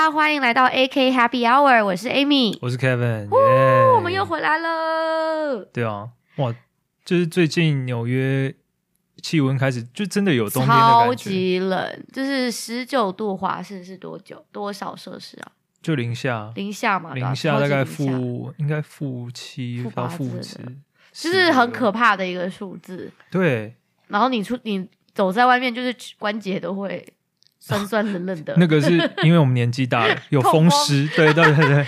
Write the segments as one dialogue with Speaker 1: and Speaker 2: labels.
Speaker 1: 家，欢迎来到 AK Happy Hour， 我是 Amy，
Speaker 2: 我是 Kevin，
Speaker 1: 我们又回来了。
Speaker 2: 对啊，哇，就是最近纽约气温开始就真的有冬天的感觉，
Speaker 1: 超级冷，就是19度华氏是多少摄氏啊？
Speaker 2: 就零下
Speaker 1: 嘛，
Speaker 2: 零下大概应该-7到-10，
Speaker 1: 就是很可怕的一个数字。
Speaker 2: 对，
Speaker 1: 然后你走在外面，就是关节都会酸酸冷冷的。
Speaker 2: 那个是因为我们年纪大了，有风湿，对，真的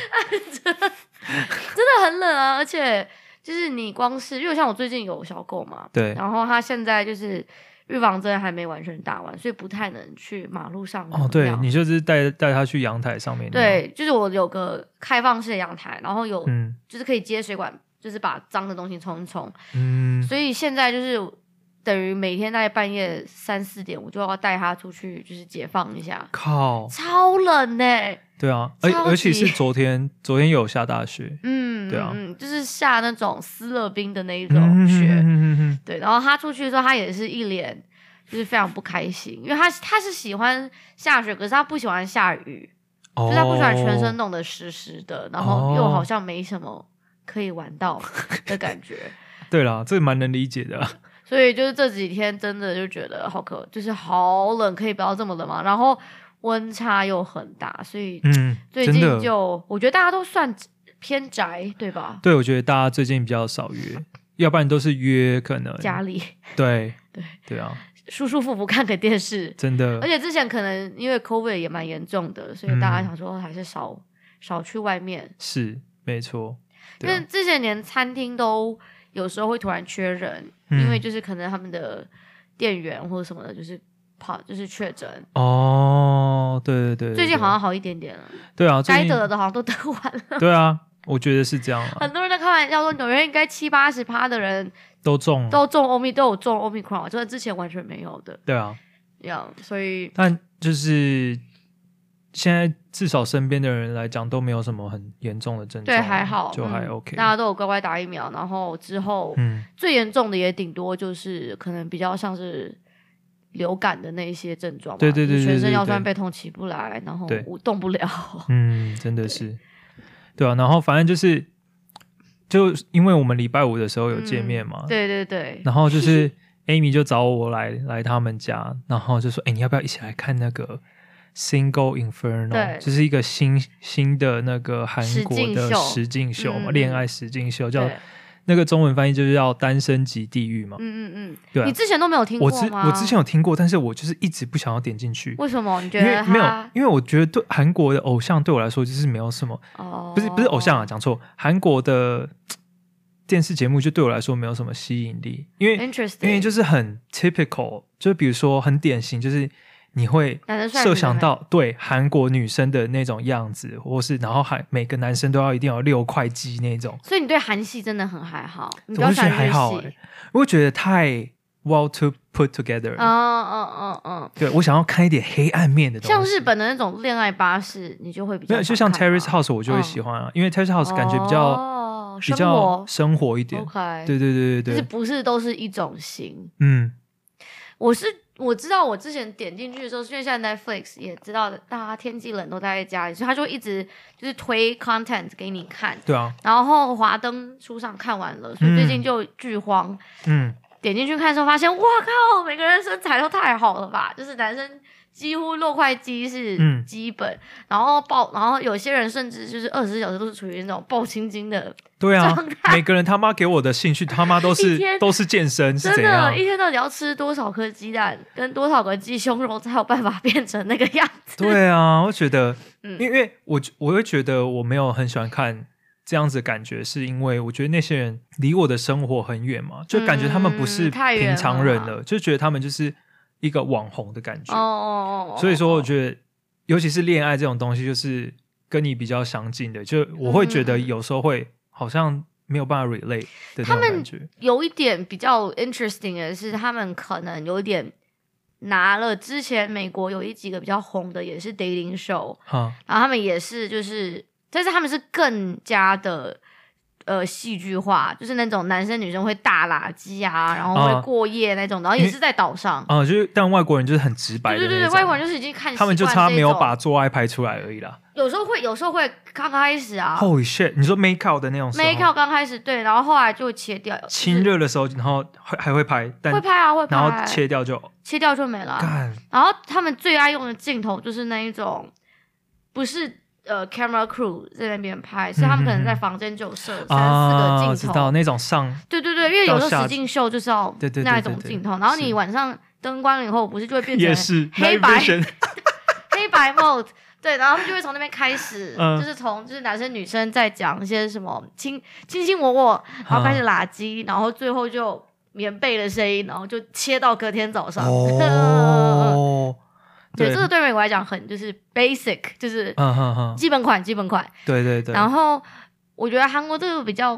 Speaker 1: 很冷啊！而且就是你光是因为像我最近有小狗嘛，
Speaker 2: 对，
Speaker 1: 然后它现在就是预防针还没完全打完，所以不太能去马路上尿。
Speaker 2: 对，你就是带它去阳台上面尿。
Speaker 1: 对，就是我有个开放式的阳台，然后有就是可以接水管，就是把脏的东西冲一冲。所以现在就是等于每天大概半夜3、4点，我就要带它出去，就是解放一下。
Speaker 2: 靠，
Speaker 1: 超冷欸。
Speaker 2: 对啊，而且是昨天有下大雪。对啊，
Speaker 1: 就是下那种斯乐冰的那一种雪。对，然后他出去的时候，他也是一脸就是非常不开心，因为他是喜欢下雪，可是他不喜欢下雨，就是他不喜欢全身弄得湿湿的，然后又好像没什么可以玩到的感觉。
Speaker 2: 对啦，这蛮能理解的啦。
Speaker 1: 所以就是这几天真的就觉得就是好冷，可以不要这么冷嘛。然后温差又很大，所以最近我觉得大家都算偏宅，对吧？
Speaker 2: 对，我觉得大家最近比较少约，要不然都是约可能
Speaker 1: 家里。
Speaker 2: 对啊，
Speaker 1: 舒舒服服看个电视，
Speaker 2: 真的。
Speaker 1: 而且之前可能因为 COVID 也蛮严重的，所以大家想说还是少去外面。
Speaker 2: 是没错，
Speaker 1: 因为之前连餐厅都有时候会突然缺人，因为就是可能他们的店员或者什么的，就是确诊。
Speaker 2: 对，
Speaker 1: 最近好像好一点点了。
Speaker 2: 对啊，
Speaker 1: 该得的好像都得完了。
Speaker 2: 对啊，我觉得是这样啊。
Speaker 1: 很多人在开玩笑说，纽约应该70-80%的人
Speaker 2: 都中
Speaker 1: 都有中 Omicron， 就是之前完全没有的。
Speaker 2: 对啊，
Speaker 1: 所以
Speaker 2: 但就是现在至少身边的人来讲都没有什么很严重的症状，
Speaker 1: 对，还好，
Speaker 2: 就还 OK，
Speaker 1: 大家都有乖乖打疫苗，然后之后最严重的也顶多就是可能比较像是流感的那一些症状嘛，
Speaker 2: 对，
Speaker 1: 全身腰酸背痛起不来，然后动不了。
Speaker 2: 真的是，对啊，然后反正就因为我们礼拜五的时候有见面嘛，
Speaker 1: 对，
Speaker 2: 然后就是 Amy 就找我来他们家，然后就说你要不要一起来看那个 Single Inferno， 就是一个新的那个韩国的实境秀嘛，恋爱实境秀，叫那个中文翻译就是叫单身即地狱嘛。对啊，
Speaker 1: 你之前都没有听过吗？
Speaker 2: 我之前有听过，但是我就是一直不想要点进去。
Speaker 1: 为什么？你觉得
Speaker 2: 没有？因为我觉得对韩国的偶像对我来说就是没有什么，不是偶像啊，讲错，韩国的电视节目就对我来说没有什么吸引力，因为就是很 typical， 就比如说很典型，就是你会设想到对韩国女生的那种样子，或是然后每个男生都一定要有6块肌那种，
Speaker 1: 所以你对韩系真的很还好，你
Speaker 2: 我就觉得还好我会觉得太 well to put together。对，我想要看一点黑暗面的东西，
Speaker 1: 像日本的那种恋爱巴士，你就会比较
Speaker 2: 没有，就像 Terrace House 我就会喜欢啊，因为 Terrace House 感觉比较生活一点。对，
Speaker 1: 就是不是都是一种型。我知道我之前点进去的时候，因为现在 Netflix 也知道大家天气冷都待在家里，所以他就一直就是推 content 给你看。
Speaker 2: 对啊，
Speaker 1: 然后华灯初上看完了，所以最近就巨荒。点进去看的时候发现，哇靠，每个人身材都太好了吧，就是男生几乎6块肌是基本，然后有些人甚至就是24小时都是处于那种爆青筋的。
Speaker 2: 对啊，每个人他妈给我的兴趣他妈都是健身，是怎样？
Speaker 1: 真的，一天到底要吃多少颗鸡蛋跟多少个鸡胸肉才有办法变成那个样子？
Speaker 2: 对啊，我觉得，因为我会觉得我没有很喜欢看这样子的感觉，是因为我觉得那些人离我的生活很远嘛，就感觉他们不是平常人了，就觉得他们就是一个网红的感觉。所以说我觉得尤其是恋爱这种东西，就是跟你比较相近的，就我会觉得有时候会好像没有办法 relate 的那种感觉。他们
Speaker 1: 有一点比较 interesting 的是，他们可能有一点拿了之前美国有几个比较红的也是 dating show，然后他们也是就是，但是他们是更加的戏剧化，就是那种男生女生会大垃圾啊，然后会过夜那种，然后也是在岛上。
Speaker 2: 就是但外国人就是很直白的那种。
Speaker 1: 对，外国人就是已经看习惯
Speaker 2: 他们就差没有把做爱拍出来而已啦。
Speaker 1: 有时候会刚开始啊。
Speaker 2: Holy shit！ 你说 make out 的那种时候
Speaker 1: ？make out 刚开始对，然后后来就切掉。
Speaker 2: 亲热的时候，然后还会拍，但
Speaker 1: 会拍啊，会拍，
Speaker 2: 然后切掉就没了。
Speaker 1: 然后他们最爱用的镜头就是那一种，不是。camera crew 在那边拍，所以他们可能在房间就有设3-4个镜头，
Speaker 2: 知道那种上，
Speaker 1: 对，因为有时候实境秀就是要那一种镜头，然后你晚上灯关了以后，不是就会变成黑白黑白 mode， 对，然后他们就会从那边开始，就是男生女生在讲一些什么卿我，然后开始拉鸡，然后最后就棉被的声音，然后就切到隔天早上。对，这个对美国来讲很就是 basic， 就是基本款。
Speaker 2: 对。
Speaker 1: 然后我觉得韩国这个比较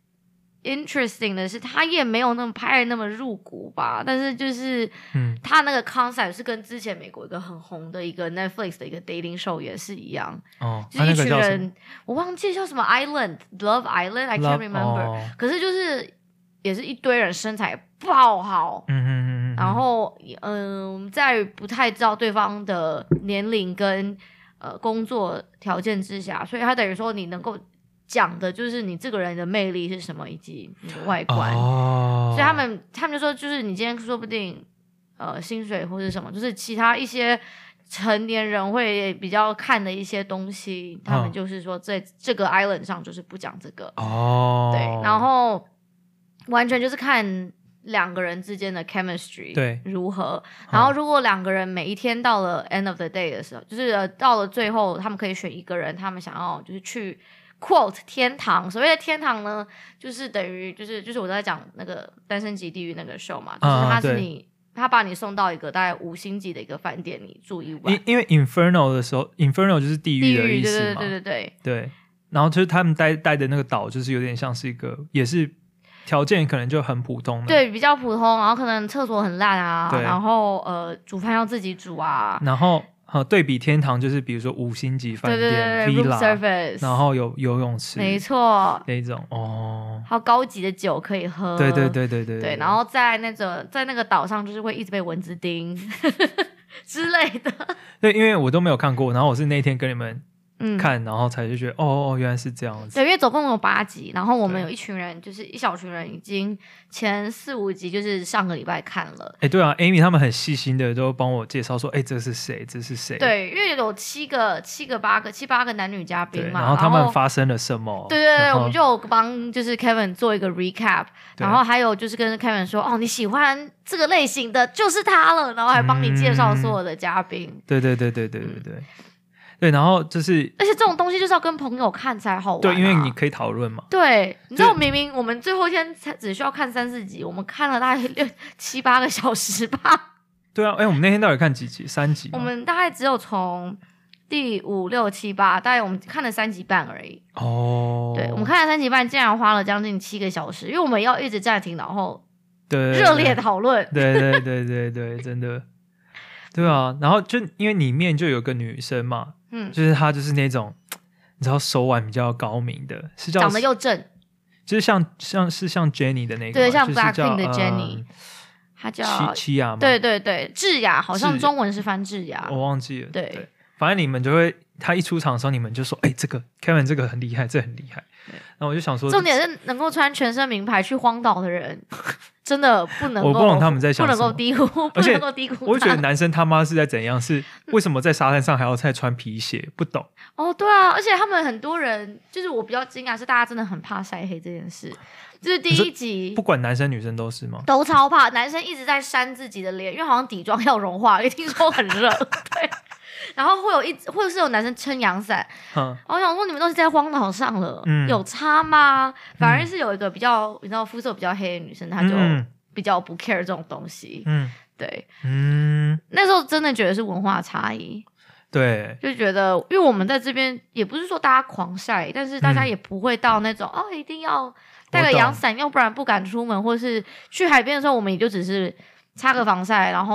Speaker 1: interesting 的是，他也没有那么拍的那么入骨吧，但是就是他那个 concept 是跟之前美国一个很红的一个 Netflix 的一个 dating show 也是一样，就是一群人，我忘记叫什么 Love Island，I can't remember，可是就是也是一堆人身材爆好，然后在不太知道对方的年龄跟工作条件之下，所以他等于说你能够讲的就是你这个人的魅力是什么以及你的外观，所以他们就说就是你今天说不定薪水或是什么，就是其他一些成年人会比较看的一些东西，他们就是说在这个 island 上就是不讲这个对，然后完全就是看两个人之间的 chemistry
Speaker 2: 对
Speaker 1: 如何，然后如果两个人每一天到了 end of the day 的时候，就是到了最后他们可以选一个人，他们想要就是去 quote 天堂。所谓的天堂呢，就是等于就是我在讲那个单身级地狱那个 show 嘛，就是他把你送到一个大概5星级的一个饭店，你住1晚。
Speaker 2: 因为 Inferno 的时候 ，Inferno 就是地狱的意思嘛，对。然后就是他们待的那个岛，就是有点像是一个，也是条件可能就很普通的，
Speaker 1: 对，比较普通。然后可能厕所很烂啊，然后煮饭要自己煮啊。
Speaker 2: 然后对比天堂，就是比如说5星级饭店
Speaker 1: ，room service，
Speaker 2: 然后有游泳池，
Speaker 1: 没错，
Speaker 2: 那种
Speaker 1: 还有高级的酒可以喝，
Speaker 2: 对。
Speaker 1: 然后在那个岛上，就是会一直被蚊子叮之类的。
Speaker 2: 对，因为我都没有看过，然后我是那一天跟你们看，然后才就觉得原来是这样子。
Speaker 1: 对，因为总共有8集，然后我们有一群人，就是一小群人，已经前4-5集就是上个礼拜看了。
Speaker 2: 对啊 ，Amy 他们很细心的都帮我介绍说，这是谁？这是谁？
Speaker 1: 对，因为有7、8个男女嘉宾嘛，
Speaker 2: 然后他们发生了什么？
Speaker 1: 对，我们就有帮就是 Kevin 做一个 recap， 然后还有就是跟 Kevin 说，你喜欢这个类型的就是他了，然后还帮你介绍所有的嘉宾。
Speaker 2: 对。对，然后就是，
Speaker 1: 而且这种东西就是要跟朋友看才好玩，
Speaker 2: 对，因为你可以讨论嘛。
Speaker 1: 对，你知道明明我们最后一天才只需要看3-4集，我们看了大概7-8个小时吧。
Speaker 2: 对啊，我们那天到底看几集？3集。
Speaker 1: 我们大概只有从第5、6、7、8，大概我们看了3集半而已。对，我们看了3集半，竟然花了将近7个小时，因为我们要一直暂停，然后热烈讨论。
Speaker 2: 对，真的。对啊，然后就因为里面就有个女生嘛，就是她就是那种你知道手腕比较高明的，是叫
Speaker 1: 长得又正，
Speaker 2: 就是像 Jennie 的那个，
Speaker 1: 对，像 Blackpink 的 Jennie，她叫
Speaker 2: 七雅嘛，
Speaker 1: 对，智雅，好像中文是翻智雅，
Speaker 2: 我忘记了，
Speaker 1: 对，
Speaker 2: 反正你们就会，她一出场的时候，你们就说，这个 Kevin 这个很厉害，这很厉害，然后我就想说，
Speaker 1: 重点是能够穿全身名牌去荒岛的人。真的不能够，
Speaker 2: 我不懂他们在想什么，
Speaker 1: 不能够低估，
Speaker 2: 而且
Speaker 1: 我
Speaker 2: 觉得男生他妈是在怎样？是为什么在沙滩上还要再穿皮鞋？不懂。
Speaker 1: 对啊，而且他们很多人，就是我比较惊讶是大家真的很怕晒黑这件事。就是第1集，
Speaker 2: 不管男生女生都是吗？
Speaker 1: 都超怕，男生一直在扇自己的脸，因为好像底妆要融化，因为听说很热。对。然后或者是有男生撑阳伞，我想说你们都是在荒岛上了，有差吗？反而是有一个比较你知道肤色比较黑的女生，她就比较不 care 这种东西。对，那时候真的觉得是文化差异。
Speaker 2: 对，
Speaker 1: 就觉得因为我们在这边也不是说大家狂晒，但是大家也不会到那种一定要带个阳伞，要不然不敢出门，或是去海边的时候，我们也就只是擦个防晒，然后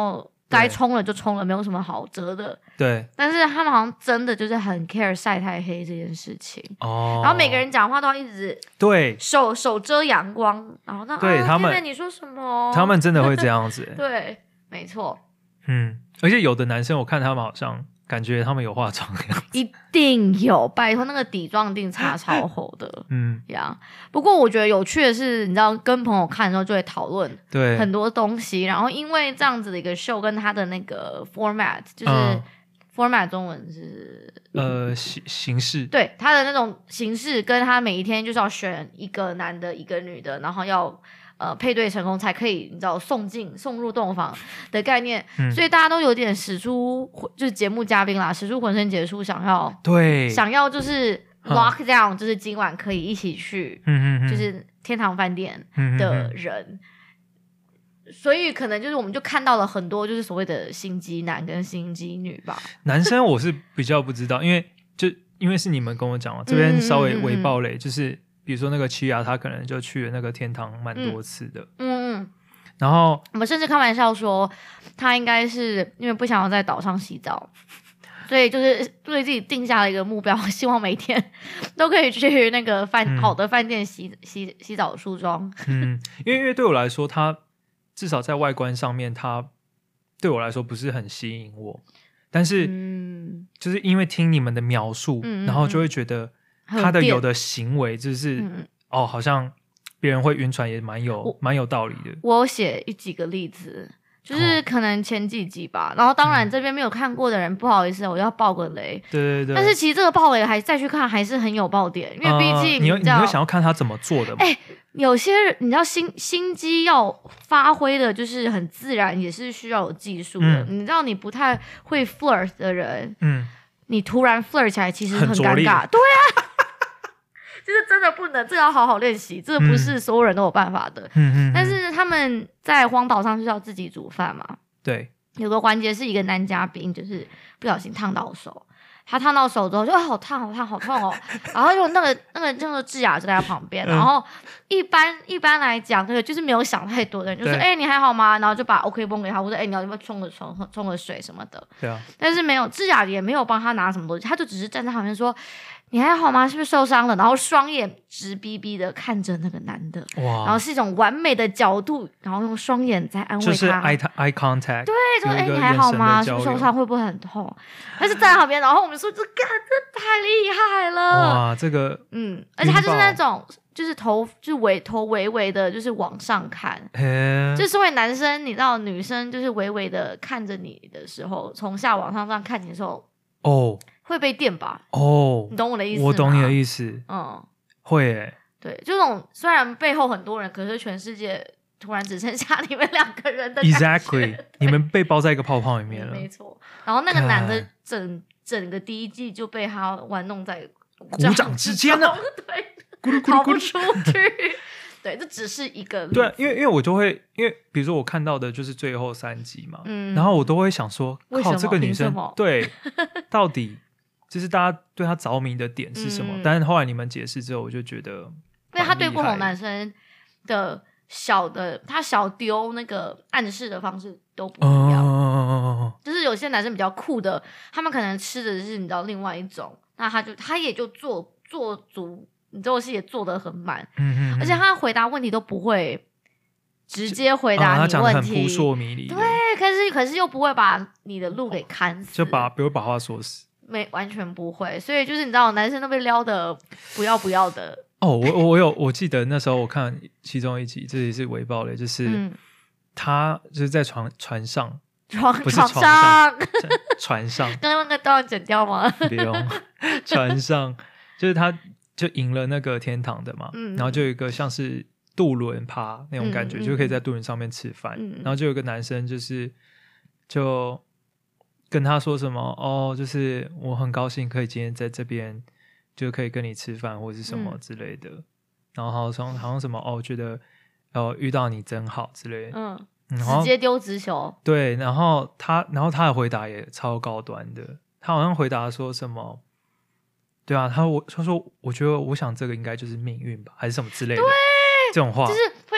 Speaker 1: 该冲了就冲了，没有什么好遮的。
Speaker 2: 对，
Speaker 1: 但是他们好像真的就是很 care 晒太黑这件事情。然后每个人讲话都要一直手遮阳光，然后
Speaker 2: 对他们
Speaker 1: 你说什么？
Speaker 2: 他们真的会这样子。
Speaker 1: 对，没错。
Speaker 2: 而且有的男生我看他们好像感觉他们有化妆的样子，
Speaker 1: 一定有，拜托那个底妆一定擦超厚的。不过我觉得有趣的是，你知道跟朋友看的时候就会讨论很多东西，然后因为这样子的一个秀跟他的那个 format 就是。format 中文是
Speaker 2: 形式，
Speaker 1: 对他的那种形式，跟他每一天就是要选一个男的一个女的，然后要配对成功才可以，你知道送入洞房的概念，所以大家都有点使出就是节目嘉宾啦，使出浑身解数，想要就是 lock down，就是今晚可以一起去，就是天堂饭店的人。所以可能就是我们就看到了很多就是所谓的心机男跟心机女吧。
Speaker 2: 男生我是比较不知道，因为是你们跟我讲嘛，这边稍微微爆雷，就是比如说那个七亚他可能就去了那个天堂蛮多次的。然后
Speaker 1: 我们甚至开玩笑说他应该是因为不想要在岛上洗澡，所以就是对自己定下了一个目标，希望每天都可以去那个好的饭店洗澡梳妆。
Speaker 2: 因为对我来说他至少在外观上面他对我来说不是很吸引我，但是就是因为听你们的描述，然后就会觉得他的有的行为就是好像别人会晕船也蛮有道理的。
Speaker 1: 我有写几个例子，就是可能前几集吧，然后当然这边没有看过的人不好意思，我要爆个雷。
Speaker 2: 对，
Speaker 1: 但是其实这个爆雷还再去看还是很有爆点，因为毕竟
Speaker 2: 你会想要看他怎么做的嘛。
Speaker 1: 有些人你知道心机要发挥的就是很自然，也是需要有技术的。你知道你不太会 flirt 的人，你突然 flirt 起来其实很尴尬。对啊，就是真的不能，这个要好好练习，这个不是所有人都有办法的。但是他们在荒岛上就是要自己煮饭嘛。
Speaker 2: 对，
Speaker 1: 有个环节是一个男嘉宾就是不小心烫到手。他烫到手之后就好烫好痛哦，然后就那个智雅就在他旁边，然后一般来讲，那个就是没有想太多的人，就说你还好吗？然后就把 OK 绷给他，或者你要不要冲个水什么的。
Speaker 2: 对啊，
Speaker 1: 但是没有，智雅也没有帮他拿什么东西，他就只是站在旁边说你还好吗？是不是受伤了？然后双眼直逼逼的看着那个男的，然后是一种完美的角度，然后用双眼在安慰他，
Speaker 2: 就是 eye contact。
Speaker 1: 对，就你还好吗？是不是受伤？会不会很痛？但是站在旁边，然后我们说这太厉害了！
Speaker 2: 哇，这个
Speaker 1: 而且他就是那种就是头微微的，就是往上看，就是身为男生，你知道女生就是微微的看着你的时候，从下往上这样看你的时候，会被电吧？你懂我的意思吗？
Speaker 2: 我懂你的意思。会耶。对，
Speaker 1: 就这种虽然背后很多人，可是全世界突然只剩下你们两个人的感觉。
Speaker 2: Exactly， 你们被包在一个泡泡里面了。
Speaker 1: 没错。然后那个男的整个第一季就被他玩弄在
Speaker 2: 鼓掌之间了，
Speaker 1: 对，跑不出去。对，这只是一个例子。
Speaker 2: 对，因为我就会，因为比如说我看到的就是最后3集嘛，然后我都会想说，靠，这个女生对，到底就是大家对她着迷的点是什么？但是后来你们解释之后，我就觉觉得，
Speaker 1: 因为他对不同男生的他小丢那个暗示的方式都不一样。就是有些男生比较酷的，他们可能吃的是你知道另外一种，那他也就做足。你做戏也做得很满，而且他回答问题都不会直接回答你问题，他
Speaker 2: 讲得很扑朔迷离。
Speaker 1: 对，可是又不会把你的路给砍死，
Speaker 2: 就不会把话说死，
Speaker 1: 完全不会。所以就是你知道，男生都被撩的不要的。
Speaker 2: 我记得那时候我看其中一集，这也是微爆雷，就是他就是在船上，不是床上，船上。
Speaker 1: 刚刚那个都要剪掉吗？
Speaker 2: 不用，船上就是他。就赢了那个天堂的嘛，然后就有一个像是渡轮趴那种感觉，就可以在渡轮上面吃饭，然后就有个男生就跟他说什么就是我很高兴可以今天在这边就可以跟你吃饭或是什么之类的，然后好像什么觉得遇到你真好之类的，
Speaker 1: 直接丢直球。
Speaker 2: 对，然后他的回答也超高端的，他好像回答说什么。对啊，他说，我觉得，我想这个应该就是命运吧，还是什么之类的，
Speaker 1: 对，
Speaker 2: 这种话
Speaker 1: 就是会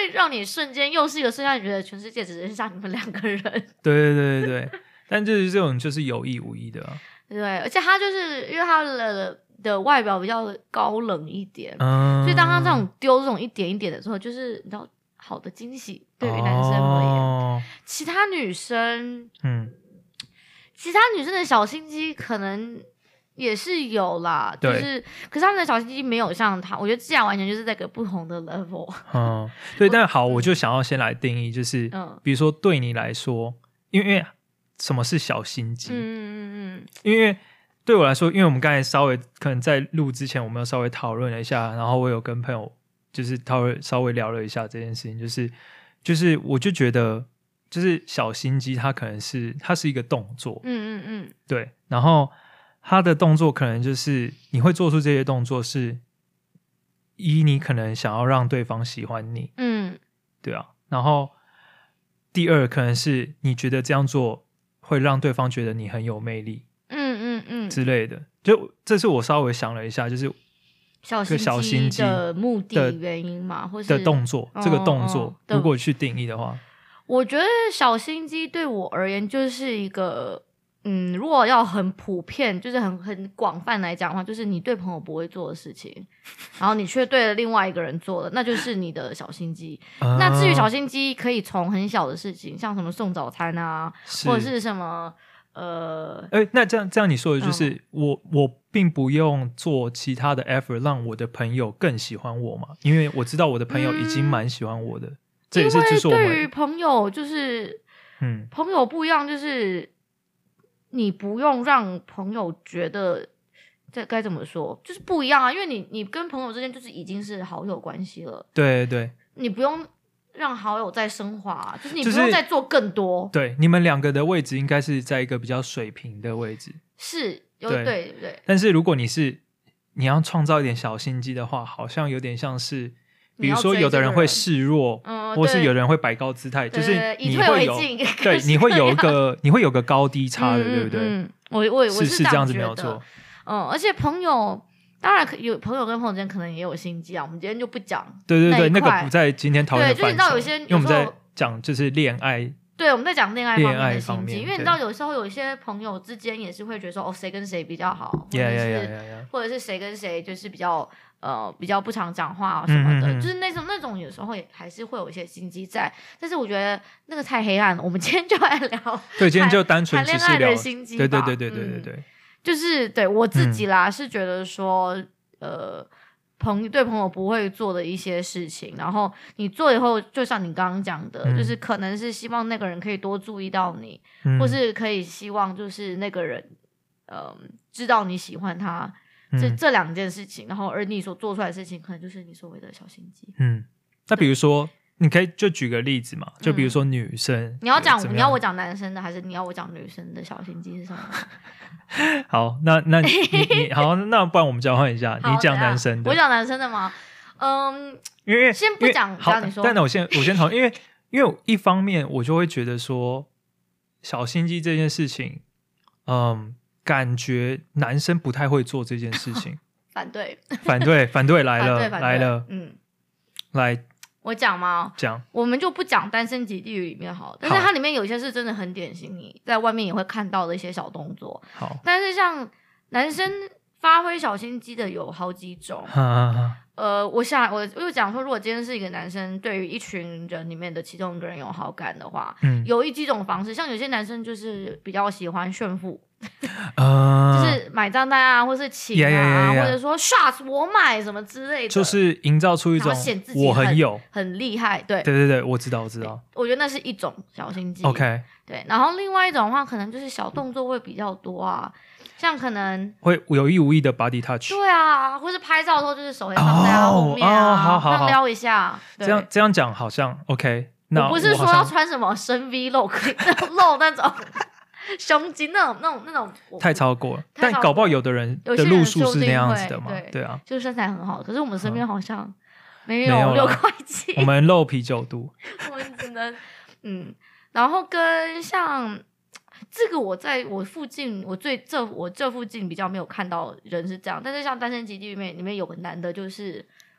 Speaker 1: 会让你瞬间又是一个瞬间觉得全世界只剩下你们2个人。
Speaker 2: 对对对对对，但就是这种就是有意无意的啊。
Speaker 1: 对，而且他就是因为他的外表比较高冷一点，所以当他这种丢这种一点一点的时候，就是你知道好的惊喜对于男生而言，其他女生的小心机可能也是有啦，就是可是他们的小心机没有像他，我觉得这样完全就是在一个不同的 level。
Speaker 2: 对，但好，我就想要先来定义，就是比如说对你来说，因为什么是小心机？因为对我来说，因为我们刚才稍微可能在录之前，我们有稍微讨论了一下，然后我有跟朋友就是稍微聊了一下这件事情，就是我就觉得，就是小心机，它是一个动作，对，然后他的动作可能就是你会做出这些动作是你可能想要让对方喜欢你，对啊，然后第二可能是你觉得这样做会让对方觉得你很有魅力，之类的，就这是我稍微想了一下，就是小心机
Speaker 1: 的目的原因嘛，或是
Speaker 2: 的动作，这个动作如果去定义的话，
Speaker 1: 我觉得小心机对我而言就是一个如果要很普遍，就是很广泛来讲的话，就是你对朋友不会做的事情，然后你却对了另外一个人做了，那就是你的小心机。那至于小心机，可以从很小的事情，像什么送早餐啊，或者是什么
Speaker 2: 那这样你说的就是、我并不用做其他的 effort 让我的朋友更喜欢我嘛，因为我知道我的朋友已经蛮喜欢我的，这也是就是我们
Speaker 1: 对于朋友就是朋友不一样，就是你不用让朋友觉得这该怎么说，就是不一样啊，因为你跟朋友之间就是已经是好友关系了，
Speaker 2: 对对，
Speaker 1: 你不用让好友再升华，就是你不用再做更多，
Speaker 2: 对，你们2个的位置应该是在一个比较水平的位置，
Speaker 1: 是对，
Speaker 2: 但是如果你要创造一点小心机的话，好像有点像是比如说有的人会示弱，或是有人会摆高姿态，就是你会有对你会有个高低差的，对不对？
Speaker 1: 我
Speaker 2: 是这样子没有错。
Speaker 1: 而且朋友当然有朋友跟朋友之间可能也有心机啊，我们今天就不讲。
Speaker 2: 对，那个不在今天讨论的范畴。
Speaker 1: 对，就是你知道有些，
Speaker 2: 因为我们在讲就是恋爱。
Speaker 1: 对，我们在讲恋爱方面的心机，因为你知道有时候有一些朋友之间也是会觉得说谁跟谁比较好，或者是谁跟谁就是比较不常讲话什么的，就是那种有时候也还是会有一些心机在。但是我觉得那个太黑暗了，我们今天就来聊。对，
Speaker 2: 今天就单纯只是聊
Speaker 1: 心机吧。
Speaker 2: 对，
Speaker 1: 就是对我自己啦，是觉得说对朋友不会做的一些事情，然后你做以后，就像你刚刚讲的，就是可能是希望那个人可以多注意到你，或是可以希望就是那个人知道你喜欢他，这2件事情，然后而你所做出来的事情，可能就是你所谓的小心机。
Speaker 2: 那比如说你可以就举个例子嘛，就比如说女生，
Speaker 1: 你要我讲男生的，还是你要我讲女生的小心机是什么？
Speaker 2: 好，那你好，那不然我们交换一下，你讲男生的，
Speaker 1: 我讲男生的吗？
Speaker 2: 因为
Speaker 1: 先不讲，好，你说。
Speaker 2: 但我先讨论，因为一方面我就会觉得说小心机这件事情，感觉男生不太会做这件事情。反对来了，来。我
Speaker 1: 讲吗？
Speaker 2: 讲，
Speaker 1: 我们就不讲《单身即地狱》里面好了，但是它里面有一些是真的很典型，你在外面也会看到的一些小动作。
Speaker 2: 好，
Speaker 1: 但是像男生发挥小心机的有好几种。我又讲说，如果今天是一个男生对于一群人里面的其中一个人有好感的话，有几种方式，像有些男生就是比较喜欢炫富。就是买账单啊，或是请啊，或者说 shots 我买什么之类的，
Speaker 2: 就是营造出一种我
Speaker 1: 很厉害。对，
Speaker 2: 我知道。
Speaker 1: 我觉得那是一种小心机。
Speaker 2: OK，
Speaker 1: 对，然后另外一种的话，可能就是小动作会比较多啊，像可能
Speaker 2: 会有意无意的 body touch。
Speaker 1: 对啊，或是拍照的时候就是手会放在他后面啊，
Speaker 2: 好
Speaker 1: 撩一下。
Speaker 2: 这样讲好像 OK。那
Speaker 1: 我不是说要穿什么深 V 露那种。胸肌那种
Speaker 2: 太超过了，但搞不好有的人的路数是那样子的嘛，对啊，
Speaker 1: 就是身材很好，可是我们身边好像没有6块肌，
Speaker 2: 我们露啤酒肚，
Speaker 1: 我们只能然后跟像这个我在我附近，我这附近比较没有看到人是这样，但是像《单身即地狱》里面有个男的，就是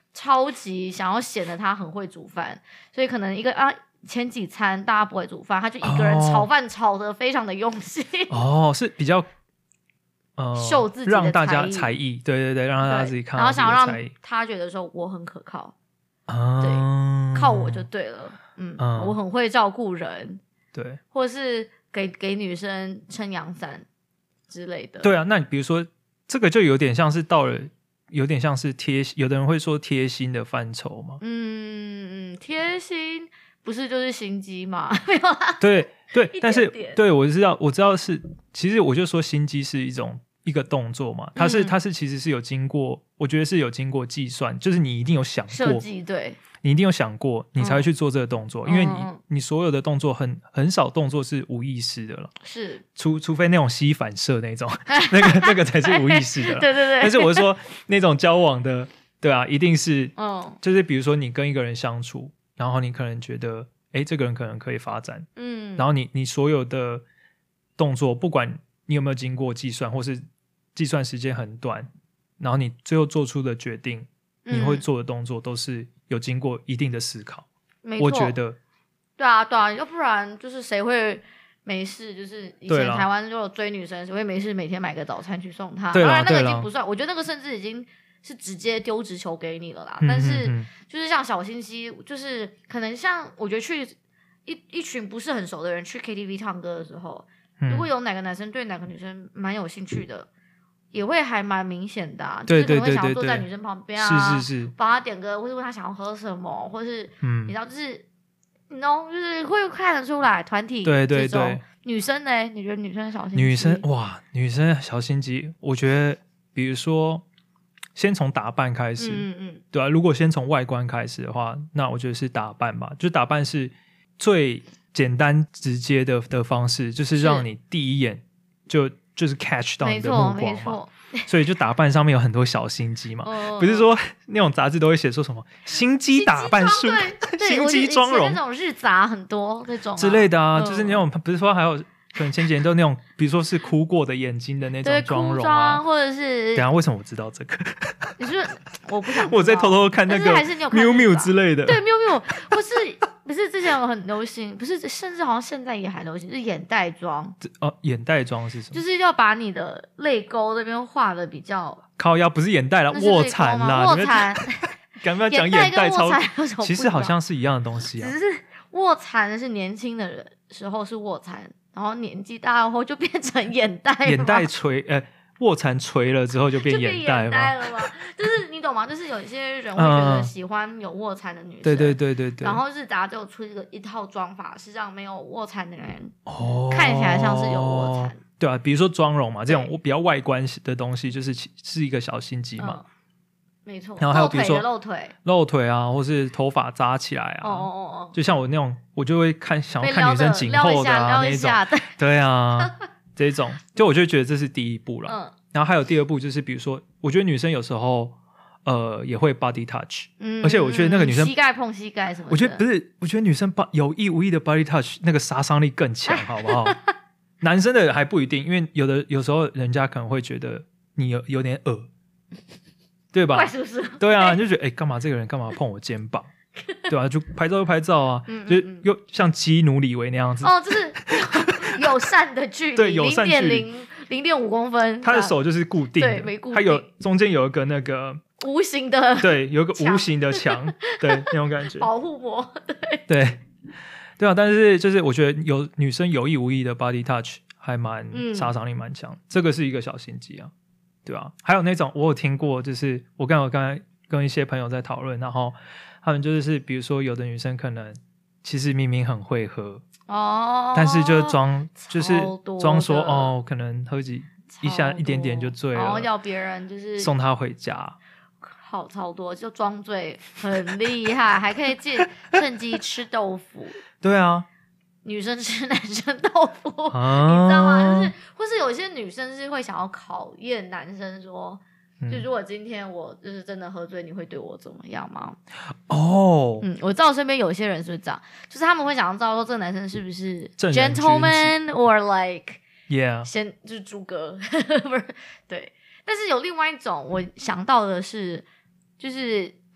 Speaker 1: 超级想要显得他很会煮饭，所以可能前几餐大家不会煮饭，他就一个人炒饭炒得非常的用心。
Speaker 2: 是比较
Speaker 1: 秀自己的
Speaker 2: 让大家才艺，对，让大家自己看到自己的才艺，
Speaker 1: 然后想让他觉得说我很可靠，对，靠我就对了，我很会照顾人，
Speaker 2: 对，
Speaker 1: 或者是给女生撑阳伞之类的。
Speaker 2: 对啊，那你比如说这个就有点像是有点像是有的人会说贴心的范畴嘛。
Speaker 1: 贴心不是就是心机嘛？没有啦。
Speaker 2: 对，但是对我知道是，其实我就说心机是一个动作嘛，它是其实是有经过，我觉得是有经过计算，就是你一定有想过
Speaker 1: 设计，对，
Speaker 2: 你一定有想过，你才会去做这个动作，因为你所有的动作很少动作是无意识的了，
Speaker 1: 是
Speaker 2: 除非那种吸反射那种，那个才是无意识的了。
Speaker 1: 对。
Speaker 2: 但是我是说那种交往的，对啊，一定是，就是比如说你跟一个人相处，然后你可能觉得，这个人可能可以发展，然后你所有的动作，不管你有没有经过计算，或是计算时间很短，然后你最后做出的决定，你会做的动作都是有经过一定的思考。我觉得，
Speaker 1: 对啊，要不然就是谁会没事？就是以前台湾就有追女生，谁会没事每天买个早餐去送她？当然那个已经不算，我觉得那个甚至已经是直接丢直球给你了啦。但是就是像小心机，就是可能像我觉得去一群不是很熟的人去 KTV 唱歌的时候，如果有哪个男生对哪个女生蛮有兴趣的，也会还蛮明显的啊。就是可能会想要坐在女生旁边啊，
Speaker 2: 是
Speaker 1: 帮她点歌，或是问她想要喝什么，或是你知道，就是就是会看得出来团体之中。女生呢？你觉得女生的小心机？女
Speaker 2: 生小心机，我觉得比如说先从打扮开始，对啊，如果先从外观开始的话，那我觉得是打扮吧，就打扮是最简单直接的方式，就是让你第一眼就是 catch 到你的目光嘛。所以就打扮上面有很多小心机嘛，不是说那种杂志都会写说什么心机打扮术、心机妆容
Speaker 1: 那种日杂很多那种
Speaker 2: 之类的啊，就是那种不是说还有可能前几年都那种，比如说是哭过的眼睛的那种妆容啊，
Speaker 1: 或者是
Speaker 2: 等一下为什么我知道这个？
Speaker 1: 你是我不想
Speaker 2: 我在偷偷看那个miu miu之类的，
Speaker 1: 对miu miu，不是之前有很流行，不是甚至好像现在也还流行，是眼袋妆。
Speaker 2: 眼袋妆是什么？
Speaker 1: 就是要把你的泪沟那边画的比较
Speaker 2: 靠腰，不是眼袋啦，卧蚕啦，
Speaker 1: 卧蚕。
Speaker 2: 敢不要讲眼袋超？
Speaker 1: 其
Speaker 2: 实好像是一样的东西啊。
Speaker 1: 只是卧蚕是年轻的时候是卧蚕，然后年纪大了后就变成眼袋。
Speaker 2: 眼袋垂卧蚕垂了之后就变眼袋
Speaker 1: 了吗？就是你懂吗？就是有一些人会觉得喜欢有卧蚕的女生，
Speaker 2: 对。
Speaker 1: 然后日杂就出一套妆法，是让没有卧蚕的人看起来像是有卧蚕。
Speaker 2: 对啊，比如说妆容嘛，这种比较外观的东西，就是一个小心机嘛。
Speaker 1: 没错。
Speaker 2: 然后还有比如说
Speaker 1: 露
Speaker 2: 腿啊，或是头发扎起来啊。就像我那种，我就会想要看女生颈后的啊那种。对啊。这种就我就觉得这是第一步了，然后还有第二步就是比如说我觉得女生有时候也会 body touch，而且我觉得那个女生
Speaker 1: 膝盖碰膝盖什么的，
Speaker 2: 我觉得不是，我觉得女生有意无意的 body touch 那个杀伤力更强，好不好？男生的还不一定，因为有时候人家可能会觉得你有点恶，对吧？
Speaker 1: 是不是？
Speaker 2: 对啊，你就觉得干嘛这个人干嘛碰我肩膀？对啊，就拍照啊，就是又像基努里维那样子
Speaker 1: 就是友善的距离，
Speaker 2: 对，友善距离
Speaker 1: 0.5公分，
Speaker 2: 他的手就是固定的，
Speaker 1: 对，没固定，
Speaker 2: 他中间有一个那个
Speaker 1: 无形的，
Speaker 2: 对，有一个无形的墙，对，那种感觉，
Speaker 1: 保护膜，
Speaker 2: 对啊，但是就是我觉得女生有意无意的 body touch 还蛮杀伤力蛮强，这个是一个小心机啊，对啊，还有那种我有听过，就是我刚才跟一些朋友在讨论，然后他们就是比如说有的女生可能其实明明很会喝但是就装说可能喝一点点就醉了，
Speaker 1: 然后要别人就是
Speaker 2: 送她回家，
Speaker 1: 超多就装醉很厉害，还可以趁机吃豆腐。
Speaker 2: 对啊，
Speaker 1: 女生吃男生豆腐，你知道吗？就是或是有些女生是会想要考验男生说。就如果今天我就是真的喝醉，你会对我怎么样吗？我知道身边有些人是不是这样，就是他们会想要知道说这个男生是不是 gentleman or like 先就是猪哥，不是对。但是有另外一种我想到的是，就是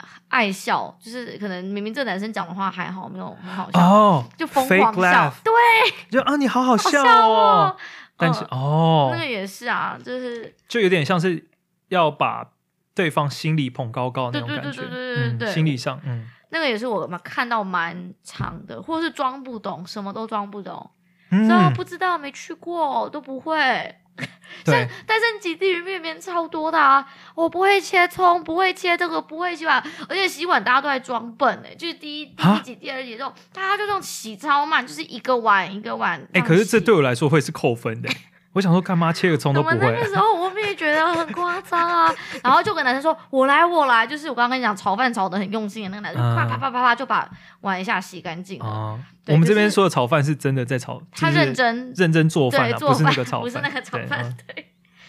Speaker 1: 爱笑，就是可能明明这男生讲的话还好，没有很好笑，就疯狂笑，对，
Speaker 2: 就啊你好好笑哦，但是那
Speaker 1: 个也是啊，就
Speaker 2: 有点像是要把对方心理捧高高那种感觉，对，心理上，
Speaker 1: 那个也是我看到蛮长的，或是装不懂，什么都装不懂，不知道没去过都不会。像但是几地狱面超多的啊，我不会切葱，不会切这个，不会洗碗，而且洗碗大家都在装笨就是第一集、第二集之后，大家就这种洗超慢，就是一个碗一个碗。
Speaker 2: 可是这对我来说会是扣分的。我想说，干嘛切个葱都不会？
Speaker 1: 那个时候我们也觉得很夸张啊，然后就跟男生说：“我来。”就是我刚刚跟你讲，炒饭炒得很用心的那个男生，啪啪啪啪啪就把碗一下洗干净了。
Speaker 2: 我们这边说的炒饭是真的在炒，
Speaker 1: 他认真
Speaker 2: 做饭啊，不是那个炒饭，
Speaker 1: 不是那个炒饭，对。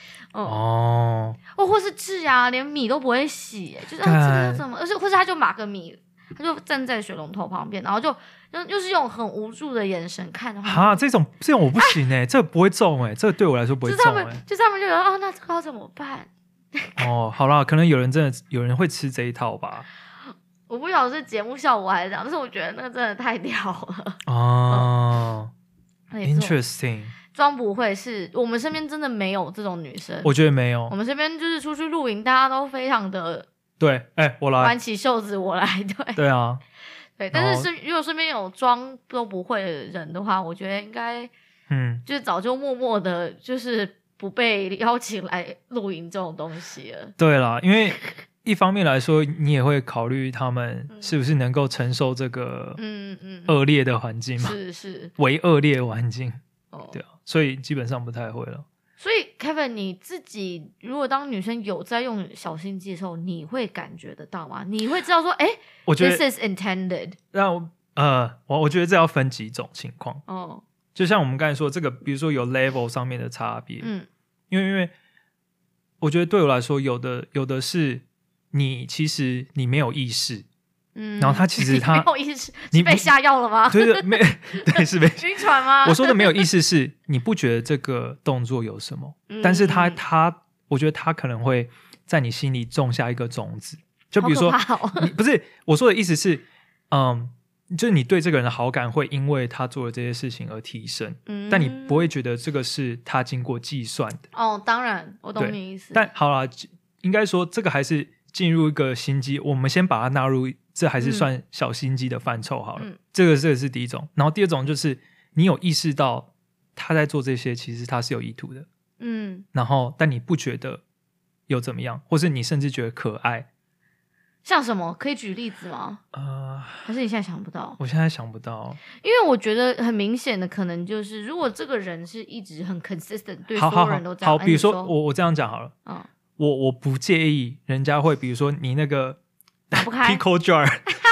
Speaker 1: 或是治啊，连米都不会洗，就是这个怎么？或是他就码个米。他就站在水龙头旁边，然后就是用很无助的眼神看的话，
Speaker 2: 这种我不行这个不会中这个对我来说不会中他们
Speaker 1: 就觉得那这个要怎么办？
Speaker 2: 好啦，可能有人会吃这一套吧。
Speaker 1: 我不晓得是节目效果还是怎样，但是我觉得那个真的太屌了。
Speaker 2: Interesting。
Speaker 1: 装不会是我们身边真的没有这种女生，
Speaker 2: 我觉得没有。
Speaker 1: 我们身边就是出去露营，大家都非常的。
Speaker 2: 对，我来
Speaker 1: 挽起袖子，我来。
Speaker 2: 对啊，
Speaker 1: 对，但是如果身边有装都不会的人的话，我觉得应该，就是早就默默的，就是不被邀请来露营这种东西了。
Speaker 2: 对啦，因为一方面来说，你也会考虑他们是不是能够承受这个恶劣的环境嘛，
Speaker 1: 是
Speaker 2: 为恶劣的环境，对啊，所以基本上不太会了。
Speaker 1: 所以 Kevin 你自己如果当女生有在用小心机的时候，你会感觉得到吗？你会知道说
Speaker 2: 我觉得
Speaker 1: this is intended。
Speaker 2: 我觉得这要分几种情况。就像我们刚才说这个，比如说有 level 上面的差别，因为我觉得对我来说有的是其实你没有意识，然后他其实他
Speaker 1: 没有意识，你被下药了吗？
Speaker 2: 对，对，是被
Speaker 1: 晕船吗？
Speaker 2: 我说的没有意识是你不觉得这个动作有什么，但是我觉得他可能会在你心里种下一个种子，就比如说，不是我说的意思是，就是你对这个人的好感会因为他做的这些事情而提升，但你不会觉得这个是他经过计算的。
Speaker 1: 当然，我懂你意思。
Speaker 2: 但好啦，应该说这个还是进入一个心机，我们先把它纳入。这还是算小心机的范畴好了，这个是第一种。然后第二种就是你有意识到他在做这些，其实他是有意图的，然后但你不觉得有怎么样，或是你甚至觉得可爱。
Speaker 1: 像什么？可以举例子吗？还是你现在想不到？
Speaker 2: 我现在想不到，
Speaker 1: 因为我觉得很明显的可能就是，如果这个人是一直很 consistent， 对所有人都这样。
Speaker 2: 好，比如说我这样讲好了，我不介意人家会，比如说你那个。
Speaker 1: 打不开
Speaker 2: Pickle jar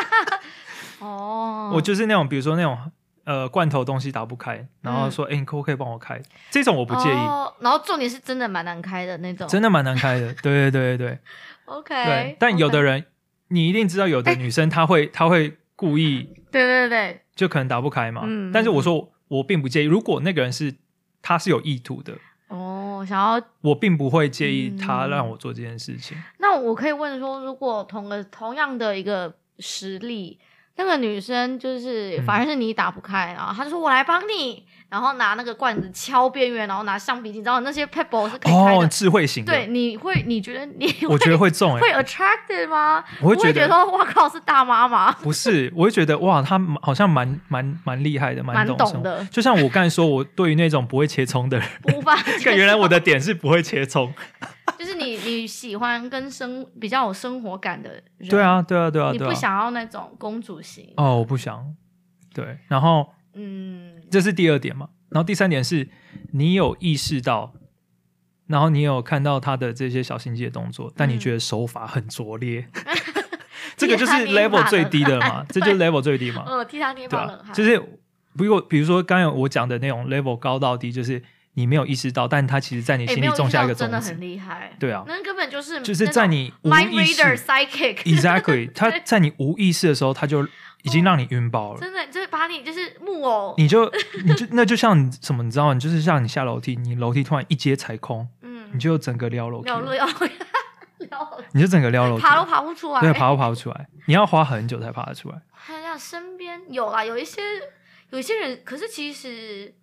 Speaker 2: 我就是那种比如说那种罐头东西打不开，然后说你可不可以帮我开，这种我不介意。
Speaker 1: 然后重点是真的蛮难开的那种，
Speaker 2: 真的蛮难开的。对
Speaker 1: OK，
Speaker 2: 对，但有的人你一定知道，有的女生她会故意
Speaker 1: 对
Speaker 2: 就可能打不开嘛，但是我说我并不介意，如果那个人他是有意图的
Speaker 1: 想要，我
Speaker 2: 并不会介意他让我做这件事情。
Speaker 1: 那我可以问说，如果同样的一个实力，那个女生就是反而是你打不开，然后她就说我来帮你，然后拿那个罐子敲边缘，然后拿橡皮筋，你知道那些 pebble 是可以开的，
Speaker 2: 智慧型的。
Speaker 1: 对，你觉得
Speaker 2: 我觉得会中
Speaker 1: 会 attracted 吗？
Speaker 2: 我会觉
Speaker 1: 得哇靠，是大妈吗？
Speaker 2: 不是，我会觉得哇，她好像蛮厉害的，蛮
Speaker 1: 懂的。
Speaker 2: 就像我刚才说，我对于那种不会切葱的人，原来我的点是不会切葱。
Speaker 1: 就是你喜欢跟比较有生活感的人。
Speaker 2: 对啊，
Speaker 1: 你不想要那种公主型。
Speaker 2: 我不想。对，然后这是第二点嘛。然后第三点是你有意识到，然后你有看到他的这些小心机的动作，但你觉得手法很拙劣。这个就是 level 最低的了嘛，这就是 level 最低嘛。
Speaker 1: 替他捏把冷汗。
Speaker 2: 就是比如说刚刚我讲的那种 level 高到低，就是你没有意识到，但他其实在你心里种下一个种子，
Speaker 1: 真的很厉害。
Speaker 2: 对啊，
Speaker 1: 那根本就是
Speaker 2: 在你无意识
Speaker 1: mind reader psychic
Speaker 2: exactly 他在你无意识的时候，他就已经让你晕爆了。
Speaker 1: 真的就是把你就是木偶，
Speaker 2: 你就那就像什么，你知道吗？你就是像你下楼梯，你楼梯突然一阶踩空，你就整个撩楼梯， 你就整个撩楼梯，
Speaker 1: 爬都爬不出来，
Speaker 2: 对，爬都爬不出来，你要花很久才爬得出来。
Speaker 1: 看一下身边有啦，有一些人，可是其实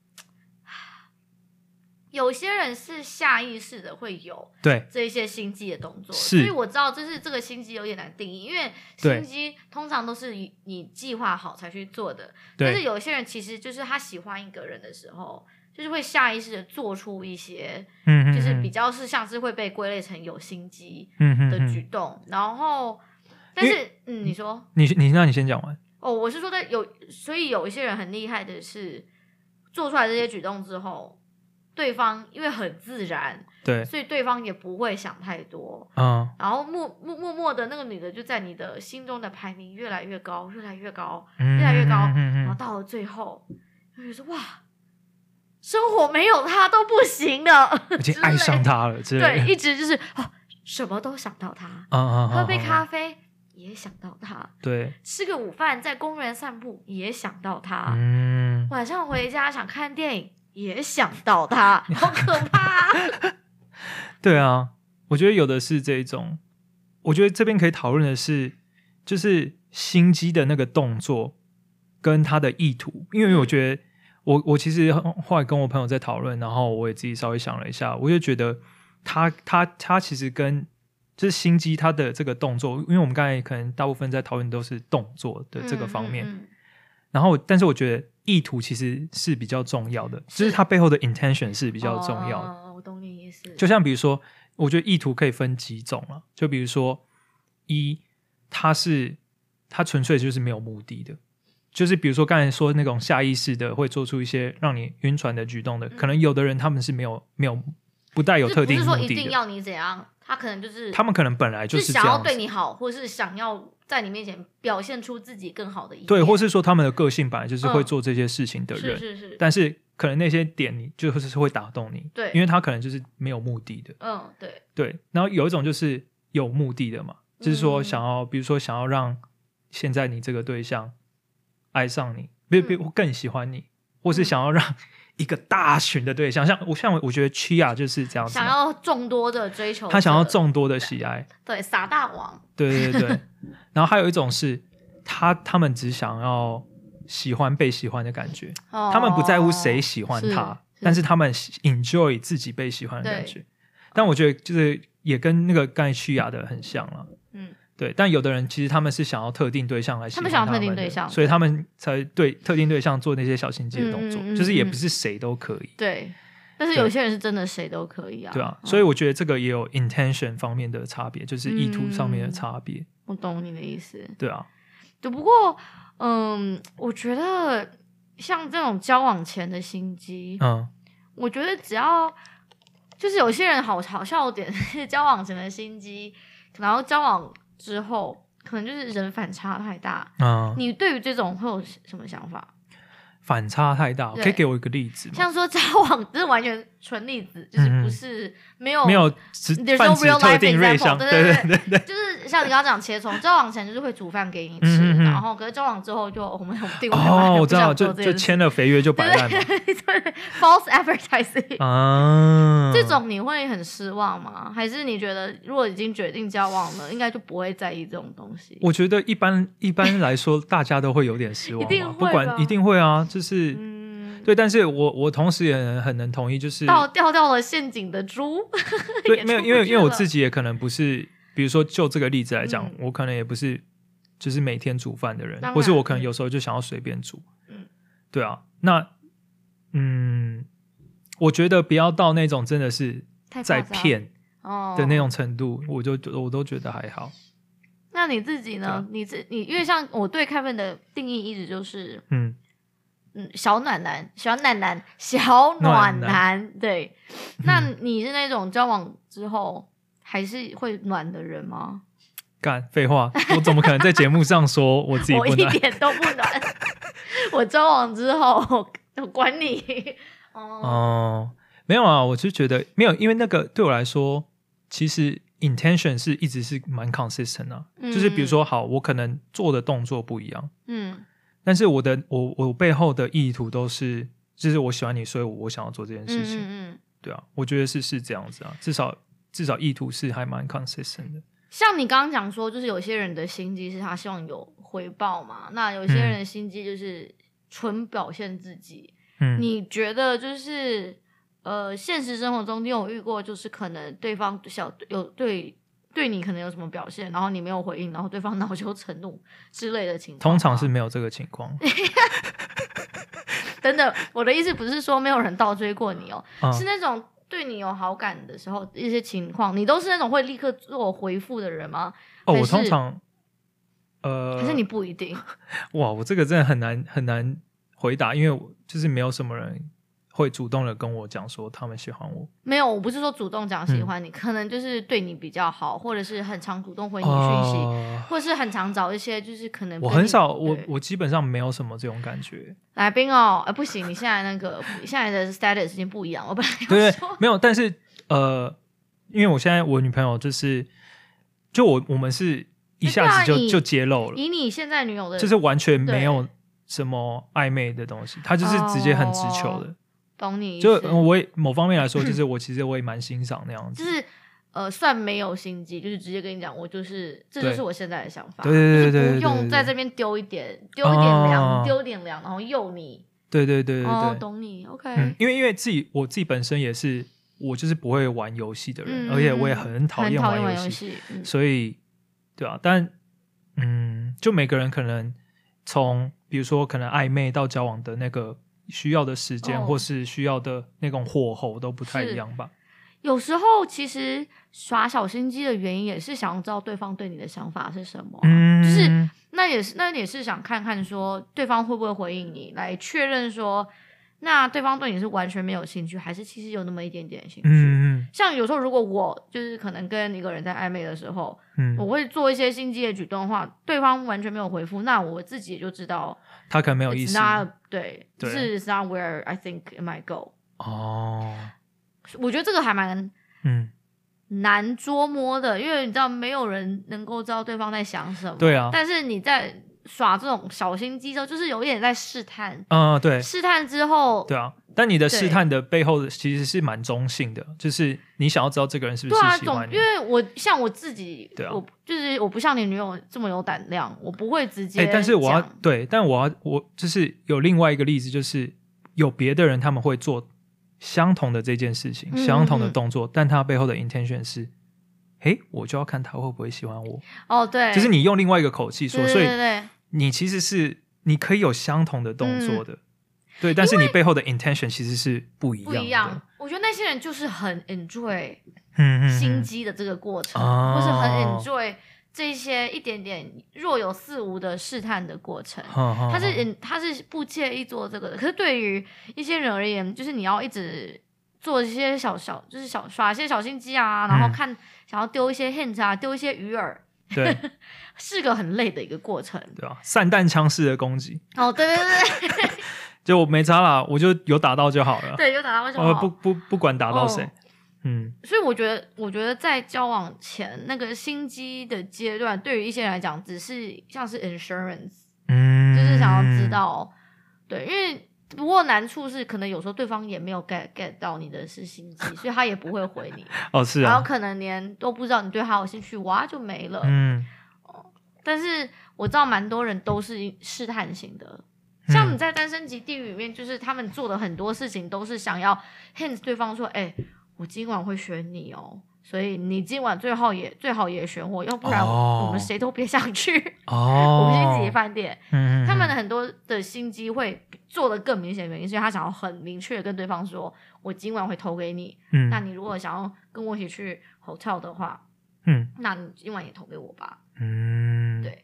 Speaker 1: 有些人是下意识的会有这一些心机的动作，所以我知道这个心机有点难定义，因为心机通常都是你计划好才去做的，但是有些人其实就是他喜欢一个人的时候，就是会下意识的做出一些就是比较是像是会被归类成有心机的举动，然后但是你说
Speaker 2: 那你先讲完。
Speaker 1: 我是说所以有一些人很厉害的是做出来这些举动之后，对方因为很自然，
Speaker 2: 对，
Speaker 1: 所以对方也不会想太多，然后默默的那个女的就在你的心中的排名越来越高，越来越高，越来越高，然后到了最后就说哇，生活没有他都不行了，
Speaker 2: 已经爱上他了，
Speaker 1: 对，一直就是什么都想到他，喝杯咖啡也想到他，
Speaker 2: 对，
Speaker 1: 吃个午饭在公园散步也想到他，晚上回家想看电影也想到他，好可怕
Speaker 2: 对啊，我觉得有的是这种，我觉得这边可以讨论的是就是心机的那个动作跟他的意图，因为我觉得我其实后来跟我朋友在讨论，然后我也自己稍微想了一下，我就觉得他其实跟就是心机他的这个动作，因为我们刚才可能大部分在讨论都是动作的这个方面，然后但是我觉得意图其实是比较重要的，就是他背后的 intention 是比较重要的。
Speaker 1: 我懂你意思。
Speaker 2: 就像比如说，我觉得意图可以分几种了，就比如说他纯粹就是没有目的的，就是比如说刚才说那种下意识的会做出一些让你晕船的举动的，可能有的人他们是没有不带有特定目的的，
Speaker 1: 不是说一定要你怎样，他可能就是
Speaker 2: 他们可能本来就是
Speaker 1: 想要对你好，或是想要在你面前表现出自己更好的一面，
Speaker 2: 对，或是说他们的个性本来就是会做这些事情的人，
Speaker 1: 是，
Speaker 2: 但是可能那些点你就是会打动你，
Speaker 1: 对，
Speaker 2: 因为他可能就是没有目的的，对，然后有一种就是有目的的嘛，就是说比如说想要让现在你这个对象爱上你，更喜欢你，或是想要让一个大群的对象，像我觉得 Chia 就是这样子，
Speaker 1: 想要众多的追求者，
Speaker 2: 他想要众多的喜爱，
Speaker 1: 对，撒大网，
Speaker 2: 对然后还有一种是他们只想要喜欢被喜欢的感觉，他们不在乎谁喜欢他，但是他们 enjoy 自己被喜欢的感觉。但我觉得就是也跟那个刚才Chia的很像了，对。但有的人其实他们是想要特定对象来喜欢他们
Speaker 1: 想要特定对象，
Speaker 2: 所以他们才对特定对象做那些小心机的动作，就是也不是谁都可以，
Speaker 1: 对。但是有些人是真的谁都可以啊，
Speaker 2: 对啊。所以我觉得这个也有 intention 方面的差别，就是意图上面的差别。
Speaker 1: 我懂你的意思，
Speaker 2: 对啊。
Speaker 1: 对，不过我觉得像这种交往前的心机，我觉得只要就是有些人好笑点是交往前的心机，然后交往之后可能就是人反差太大。你对于这种会有什么想法？
Speaker 2: 反差太大，可以给我一个例子吗？
Speaker 1: 像说交往，这是完全纯例子，就是不是没有
Speaker 2: 泛指特定对象，对，
Speaker 1: 就是像你刚刚讲切磋，交往前就是会煮饭给你吃，然后可是交往之后就我们订
Speaker 2: 我知道，就签了肥约就摆烂了，
Speaker 1: 对，false advertising 这种你会很失望吗？还是你觉得如果已经决定交往了，应该就不会在意这种东西？
Speaker 2: 我觉得一般来说，大家都会有点失望吧，不管一定会啊，就是对，但是我同时也很能同意，就是
Speaker 1: 掉了陷阱的猪，
Speaker 2: 对，没有，因为我自己也可能不是，比如说就这个例子来讲，我可能也不是就是每天煮饭的人，或是我可能有时候就想要随便煮，对啊，那我觉得不要到那种真的是在骗的那种程度，我都觉得还好。
Speaker 1: 那你自己呢？你因为像我对Kevin的定义一直就是小暖男，小暖男，对。那你是那种交往之后还是会暖的人吗？
Speaker 2: 干废话，我怎么可能在节目上说我自己不暖？
Speaker 1: 我一点都不暖。我交往之后，我管你。
Speaker 2: 没有啊，我就觉得没有，因为那个对我来说，其实 intention 是一直是蛮 consistent 的，就是比如说，好，我可能做的动作不一样，但是我背后的意图都是，就是我喜欢你，所以我想要做这件事情，对啊，我觉得是这样子啊，至少至少意图是还蛮 consistent 的。
Speaker 1: 像你刚刚讲说，就是有些人的心机是他希望有回报嘛，那有些人的心机就是纯表现自己。你觉得就是现实生活中你有遇过，就是可能对方对你可能有什么表现，然后你没有回应，然后对方恼羞成怒之类的情况？
Speaker 2: 通常是没有这个情况。
Speaker 1: 等等，我的意思不是说没有人倒追过你是那种对你有好感的时候一些情况，你都是那种会立刻做回复的人吗？
Speaker 2: 我通常
Speaker 1: 可是你不一定。
Speaker 2: 哇，我这个真的很难回答，因为就是没有什么人会主动的跟我讲说他们喜欢我。
Speaker 1: 没有，我不是说主动讲喜欢你，可能就是对你比较好，或者是很常主动回你讯息，或者是很常找一些就是可能
Speaker 2: 我很少，我基本上没有什么这种感觉。
Speaker 1: 来宾不行，你现在现在的 status 已经不一样。我本来
Speaker 2: 对没有，但是因为我现在我女朋友就我们是一下子就揭露了。
Speaker 1: 以你现在女友的，
Speaker 2: 就是完全没有什么暧昧的东西，她就是直接很直球的。
Speaker 1: 懂你意思。
Speaker 2: 就我也某方面来说，就是其实我也蛮欣赏那样子。
Speaker 1: 就是算没有心机，就是直接跟你讲，这就是我现在的想法。
Speaker 2: 对，
Speaker 1: 不用在这边丢一点粮，丢点粮，然后诱你。
Speaker 2: 对，
Speaker 1: 懂你
Speaker 2: OK。因为我自己本身也是，我就是不会玩游戏的人，而且我也很讨厌玩游戏，所以对啊，但就每个人可能从比如说可能暧昧到交往的那个需要的时间，或是需要的那种火候都不太一样吧。
Speaker 1: 有时候其实耍小心机的原因也是想要知道对方对你的想法是什么，就是那也是想看看说对方会不会回应你，来确认说那对方对你是完全没有兴趣，还是其实有那么一点点兴趣。像有时候如果我就是可能跟一个人在暧昧的时候，我会做一些心机的举动的话，对方完全没有回复，那我自己也就知道
Speaker 2: 他可能没有意思。
Speaker 1: 对，是 it's not where I think it might go。我觉得这个还蛮难捉摸的，因为你知道没有人能够知道对方在想什么。对啊，但是你在耍这种小心机之后，就是有一点在试探。对，试探之后，
Speaker 2: 对啊。但你的试探的背后其实是蛮中性的，就是你想要知道这个人是不是喜欢你。
Speaker 1: 因为我自己，就是我不像你女友这么有胆量，我不会直接
Speaker 2: 但是我就是有另外一个例子，就是有别的人他们会做相同的这件事情，相同的动作，但他背后的 intention 是我就要看他会不会喜欢我。
Speaker 1: 对，
Speaker 2: 就是你用另外一个口气说，所以你其实是你可以有相同的动作的，对，但是你背后的 intention 其实是不一样的。
Speaker 1: 我觉得那些人就是很 enjoy 心机的这个过程，或是很 enjoy 这些一点点若有似无的试探的过程，他是不介意做这个的。可是对于一些人而言，就是你要一直做一些就是耍一些小心机啊，然后想要丢一些 hint 啊，丢一些鱼饵，
Speaker 2: 对，
Speaker 1: 是个很累的一个过程，
Speaker 2: 对吧？散弹枪式的攻击。
Speaker 1: 对，
Speaker 2: 就我没差啦，我就有打到就好了。
Speaker 1: 对，有打到就好。
Speaker 2: 不管打到谁。
Speaker 1: 所以我觉得在交往前那个心机的阶段，对于一些人来讲，只是像是 insurance，就是想要知道，对，因为不过难处是可能有时候对方也没有 get 到你的是心机，所以他也不会回你。
Speaker 2: 是啊，
Speaker 1: 然后可能连都不知道你对他有兴趣，哇就没了。但是我知道蛮多人都是试探型的。像你在单身级地狱里面，就是他们做的很多事情都是想要 hint 对方说，我今晚会选你所以你今晚最好也选我，要不然我们谁都别想去五星级饭店。他们的很多的心机会做的更明显的原因，是因为他想要很明确的跟对方说，我今晚会投给你。那你如果想要跟我一起去 hotel 的话，那你今晚也投给我吧。对，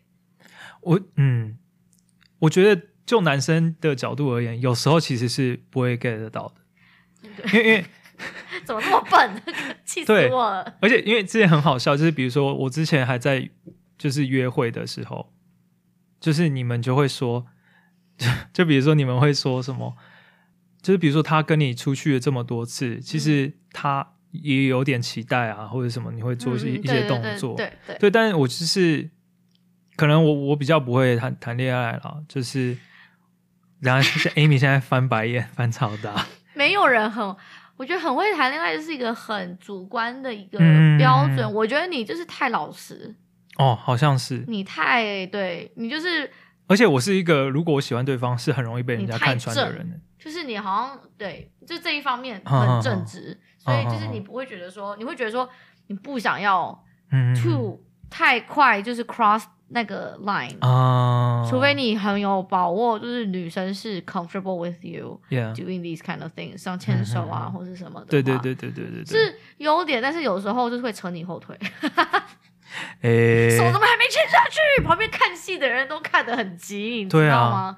Speaker 2: 我觉得就男生的角度而言，有时候其实是不会 get 得到的，因为
Speaker 1: 怎么那么笨，气死我了。
Speaker 2: 而且因为之前很好笑，就是比如说我之前还在就是约会的时候，就是你们就会说，就比如说你们会说什么，就是比如说他跟你出去了这么多次，其实他也有点期待啊，或者什么，你会做一些动作。对，但是我就是可能我比较不会谈恋爱啦，就是然后Amy 现在翻白眼翻超大。
Speaker 1: 没有人很我觉得很会谈恋爱就是一个很主观的一个标准。我觉得你就是太老实
Speaker 2: 哦，好像是
Speaker 1: 你太对你就是，
Speaker 2: 而且我是一个如果我喜欢对方是很容易被人家看穿的人，
Speaker 1: 就是你好像对就这一方面很正直，所以就是你不会觉得说，你会觉得说你不想要太快就是 cross 那个 line 除非你很有把握，就是女生是 comfortable with you doing these kind of things， 像牵手啊或是什么的。
Speaker 2: 对，
Speaker 1: 是优点，但是有时候就是会扯你后腿。手怎么还没牵下去？旁边看戏的人都看得很急，你知道吗？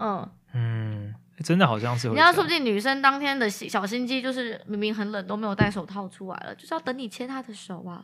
Speaker 2: 真的好像是会。
Speaker 1: 你要说不定女生当天的小心机就是明明很冷都没有戴手套出来了，就是要等你牵她的手啊。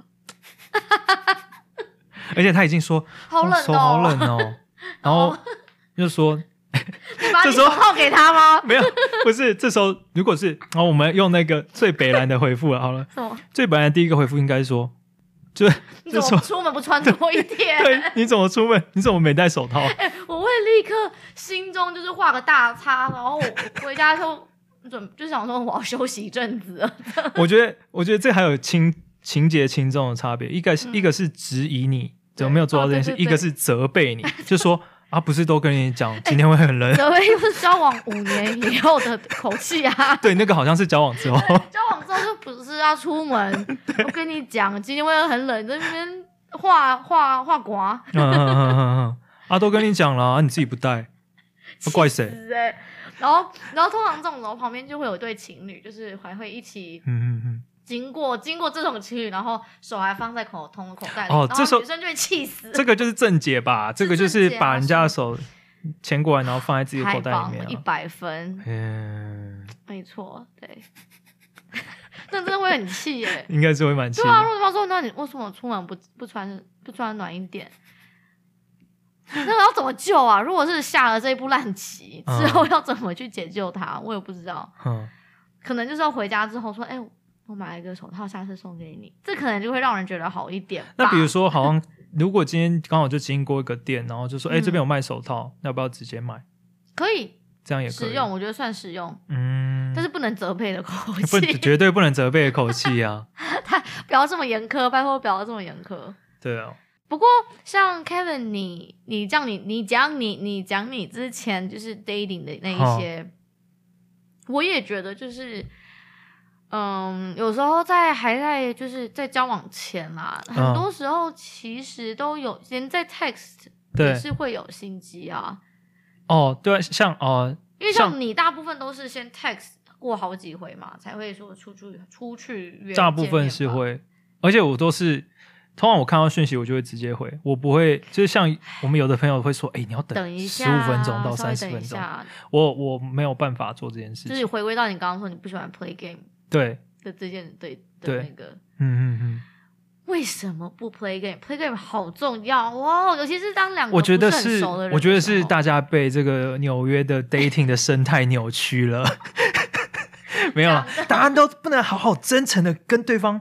Speaker 2: 而且他已经说
Speaker 1: 好冷
Speaker 2: 手好冷哦，然后就说
Speaker 1: 你把你手套给他吗？
Speaker 2: 没有，不是，这时候如果是我们用那个最北蓝的回复了好了。最北蓝的第一个回复应该是说，就是
Speaker 1: 你怎么出门不穿多一点？
Speaker 2: 对，你怎么出门？你怎么没戴手套？
Speaker 1: 我会立刻心中就是画个大叉，然后回家就想说我要休息一阵子了。
Speaker 2: 我觉得这还有情节轻重的差别，一个是质疑你怎么没有做到这件事，一个是责备你，就说不是都跟你讲今天会很冷。
Speaker 1: 责备又是交往5年以后的口气啊。
Speaker 2: 对，那个好像是交往之后。
Speaker 1: 交往之后就不是要出门，我跟你讲今天会很冷，在那边画刮。
Speaker 2: 都跟你讲了，你自己不带，怪谁？
Speaker 1: 然后通常这种楼旁边就会有一对情侣，就是还会一起经过这种情侣，然后手还放在口袋里，这时候女生就会气死。
Speaker 2: 这个就是正解吧？这个就是把人家的手牵过来，然后放在自己的口袋里面
Speaker 1: ，100分。没错，对。那真的会很气耶。
Speaker 2: 应该是会蛮气的。
Speaker 1: 对啊，如果说那你为什么出门不穿暖一点？那要怎么救啊？如果是下了这一步烂棋之后，要怎么去解救他？我也不知道。可能就是要回家之后说，我买了一个手套，下次送给你，这可能就会让人觉得好一点吧。
Speaker 2: 那比如说，好像如果今天刚好就经过一个店，然后就说，这边有卖手套，要不要直接买？
Speaker 1: 可以，
Speaker 2: 这样也可以。
Speaker 1: 实用，我觉得算实用。但是不能责备的口气，
Speaker 2: 绝对不能责备的口气啊！
Speaker 1: 他不要这么严苛，拜托不要这么严苛。
Speaker 2: 对啊。
Speaker 1: 不过像 Kevin， 你讲你之前就是 dating 的那一些，我也觉得就是。有时候还在就是在交往前啦，很多时候其实都有连在 text 也是会有心机啊。
Speaker 2: 对，像
Speaker 1: 因为像你大部分都是先 text 过好几回嘛，才会说出去约。
Speaker 2: 大部分是会，而且我都是通常我看到讯息我就会直接回，我不会就是像我们有的朋友会说，你要等15分钟到30分钟，我没有办法做这件事情。
Speaker 1: 就是回归到你刚刚说你不喜欢 play game。
Speaker 2: 对
Speaker 1: 的这件的那个，为什么不 play game？play game 好重要哇，尤其是当两个不是很熟的人。
Speaker 2: 我觉得是大家被这个纽约的 dating 的生态扭曲了。没有了，大家都不能好好真诚的跟对方，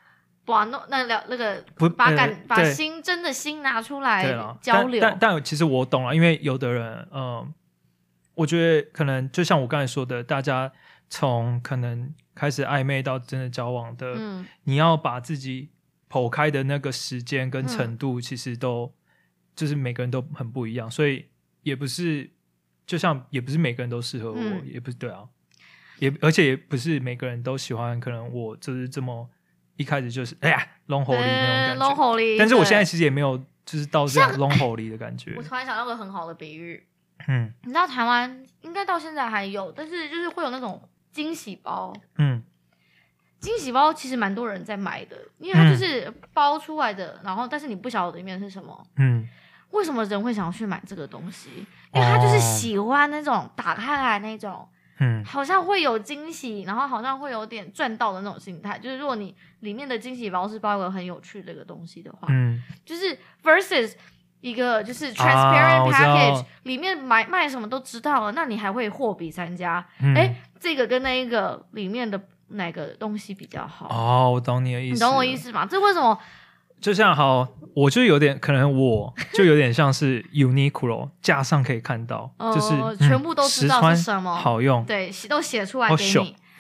Speaker 1: 把心真的心拿出来交流。
Speaker 2: 但其实我懂了，因为有的人，我觉得可能就像我刚才说的，大家从可能开始暧昧到真的交往的，你要把自己剖开的那个时间跟程度，其实都就是每个人都很不一样，所以也不是每个人都适合我，也不是对啊，而且也不是每个人都喜欢，可能我就是这么一开始就是long holy 那种感觉，但是我现在其实也没有就是到这样 long holy 的感觉。
Speaker 1: 我突然想到个很好的比喻，你知道台湾应该到现在还有，但是就是会有那种惊喜包，惊喜包其实蛮多人在买的，因为它就是包出来的，然后但是你不晓得里面是什么，为什么人会想要去买这个东西？因为他就是喜欢那种打开来那种，好像会有惊喜，然后好像会有点赚到的那种心态。就是如果你里面的惊喜包是包一个很有趣的一个东西的话，就是 versus 一个就是 transparent package，里面卖什么都知道了，那你还会货比三家，这个跟那一个里面的哪个东西比较好？
Speaker 2: 我懂你的意思，
Speaker 1: 你懂我意思吗？这为什么？
Speaker 2: 就像我就有点可能，我就有点像是 Uniqlo 架上可以看到，就是
Speaker 1: 全部都知道是什么，
Speaker 2: 好用，
Speaker 1: 对，都写出来给你。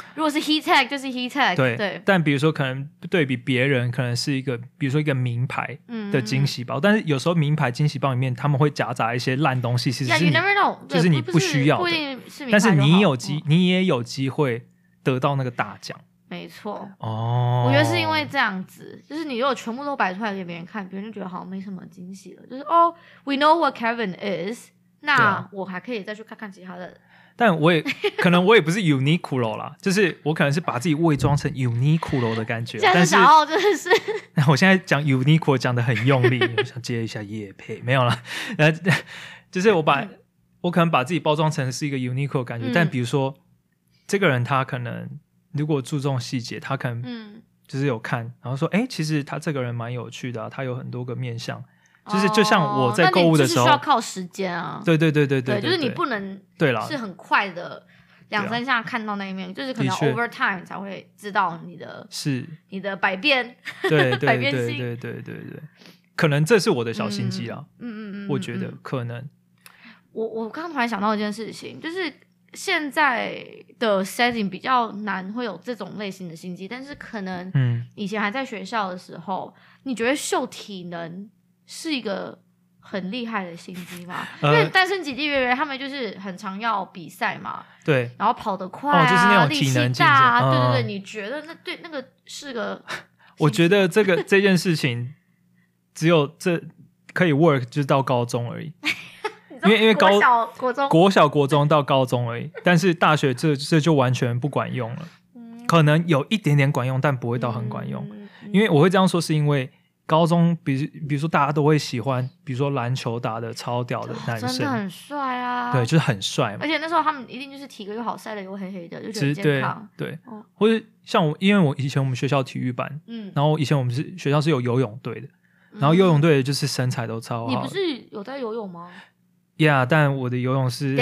Speaker 1: 如果是 heat tag 就是 heat tag， 对。
Speaker 2: 但比如说可能对比别人，可能是一个比如说一个名牌的惊喜包，但是有时候名牌惊喜包里面他们会夹杂一些烂东西，其实是就是你不需要的，但是你也有机会得到那个大奖。
Speaker 1: 没错，我觉得是因为这样子，就是你如果全部都摆出来给别人看，别人就觉得好像没什么惊喜了，就是we know what Kevin is， 那我还可以再去看看其他的。
Speaker 2: 但我也不是 Uniqlo 啦，就是我可能是把自己伪装成 Uniqlo 的感觉。但是我现在讲 Uniqlo 讲得很用力，我想接一下业配，没有啦，就是我可能把自己包装成是一个 Uniqlo 的感觉，但比如说这个人他可能如果注重细节，他可能就是有看，然后说其实他这个人蛮有趣的他有很多个面向。就像我在购物的时候，
Speaker 1: 那你就是需要靠时间啊。
Speaker 2: 对，
Speaker 1: 就是你不能是很快的2-3下看到那一面，就是可能 over time 才会知道你的百变，
Speaker 2: 对
Speaker 1: 百变性，
Speaker 2: 对，可能这是我的小心机啊。我觉得可能。
Speaker 1: 我刚突然想到一件事情，就是现在的 setting 比较难会有这种类型的心机，但是可能以前还在学校的时候，你觉得秀体能是一个很厉害的心机吗？因为单身姐弟约约他们就是很常要比赛嘛，
Speaker 2: 对，
Speaker 1: 然后跑得快啊，
Speaker 2: 就是那种体能竞争
Speaker 1: 啊，对，你觉得那个是个？
Speaker 2: 我觉得这件事情只有这可以 work 就是到高中而已。因为国小国中到高中而已，但是大学这就完全不管用了。可能有一点点管用，但不会到很管用。因为我会这样说，是因为高中比如说大家都会喜欢，比如说篮球打得超屌的男生，
Speaker 1: 真的很帅啊，
Speaker 2: 对，就是很帅嘛。
Speaker 1: 而且那时候他们一定就是体格又好，晒得又黑黑的，就觉得健康。
Speaker 2: 对，或者像因为以前我们学校体育班，然后以前我们学校是有游泳队的，然后游泳队就是身材都超好。
Speaker 1: 你不是有在游泳吗
Speaker 2: ？Yeah， 但我的游泳是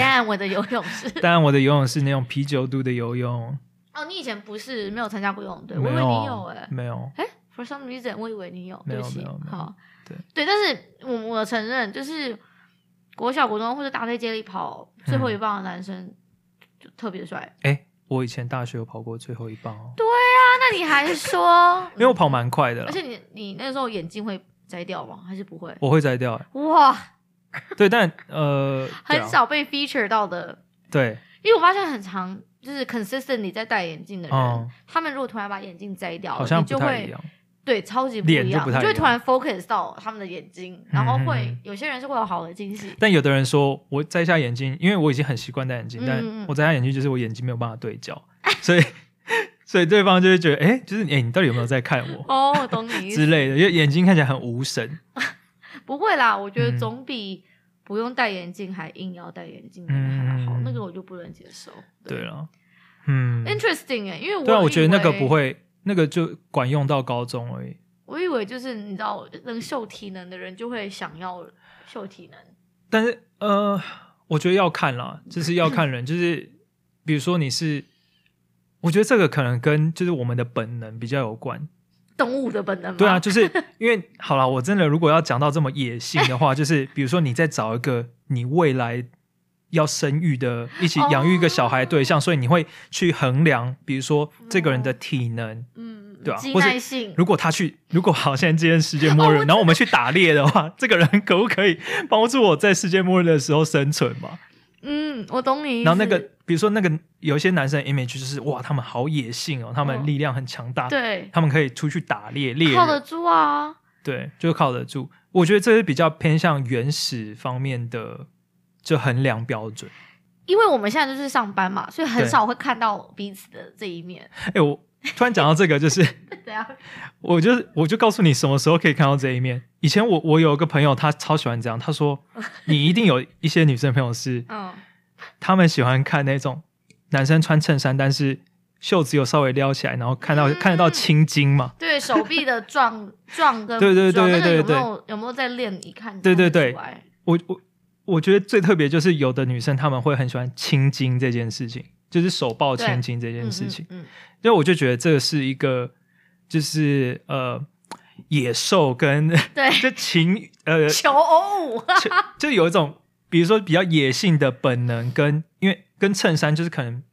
Speaker 2: 那种啤酒肚的游泳。
Speaker 1: 你以前不是没有参加过游泳队？我以为你有
Speaker 2: 没有。
Speaker 1: For some reason， 我以为你有。
Speaker 2: 没有。
Speaker 1: 好，对，但是我承认，就是国小、国中或者大队接力跑最后一棒的男生就特别帅。
Speaker 2: 我以前大学有跑过最后一棒哦。
Speaker 1: 对啊，那你还说？
Speaker 2: 因为我跑蛮快的啦。
Speaker 1: 而且你那时候眼镜会摘掉吗？还是不会？
Speaker 2: 我会摘掉。
Speaker 1: 哇！
Speaker 2: 对，但
Speaker 1: 很少被 feature 到的。
Speaker 2: 对，
Speaker 1: 因为我发现很常就是 consistently 在戴眼镜的人，他们如果突然把眼镜摘掉了，
Speaker 2: 好像不太一样。
Speaker 1: 对，超级不一样，你就会突然 focus 到他们的眼睛，然后有些人是会有好的惊喜。
Speaker 2: 但有的人说，我摘下眼镜，因为我已经很习惯戴眼镜，但我摘下眼镜就是我眼睛没有办法对焦，所以对方就会觉得，就是你到底有没有在看我？
Speaker 1: 我懂你意思
Speaker 2: 之类的，因为眼睛看起来很无神。
Speaker 1: 不会啦，我觉得总比不用戴眼镜还硬要戴眼镜的还好，那个我就不能接受。
Speaker 2: 对了
Speaker 1: ，interesting 因为
Speaker 2: 我觉得那个不会。那个就管用到高中而已。
Speaker 1: 我以为就是你知道能秀体能的人就会想要秀体能，
Speaker 2: 但是我觉得要看啦，就是要看人，就是比如说我觉得这个可能跟就是我们的本能比较有关，
Speaker 1: 动物的本能吗？
Speaker 2: 对啊，就是因为好啦，我真的如果要讲到这么野性的话，就是比如说你在找一个你未来要生育的一起养育一个小孩对象，所以你会去衡量比如说这个人的体能对吧？
Speaker 1: 肌耐性，
Speaker 2: 如果好现在今天世界末日然后我们去打猎的话，这个人可不可以帮助我在世界末日的时候生存嘛？
Speaker 1: 我懂你意思。
Speaker 2: 然后比如说有一些男生的 image 就是哇他们好野性他们力量很强大，
Speaker 1: 对，
Speaker 2: 他们可以出去打猎
Speaker 1: 靠得住啊。
Speaker 2: 对，就靠得住。我觉得这是比较偏向原始方面的就衡量标准，
Speaker 1: 因为我们现在就是上班嘛，所以很少会看到彼此的这一面。
Speaker 2: 我突然讲到这个，就是
Speaker 1: 怎样？
Speaker 2: 我就告诉你什么时候可以看到这一面。以前我有一个朋友，他超喜欢这样，他说你一定有一些女生朋友是，他们喜欢看那种男生穿衬衫，但是袖子有稍微撩起来，然后看得到青筋嘛？
Speaker 1: 对，手臂的壮跟
Speaker 2: 对，
Speaker 1: 有没有在练？一看
Speaker 2: 对，我觉得最特别就是有的女生她们会很喜欢青筋这件事情，就是手抱青筋这件事情。所以我就觉得这是一个就是野兽跟就
Speaker 1: 求偶
Speaker 2: 就有一种比如说比较野性的本能因为跟衬衫就是可能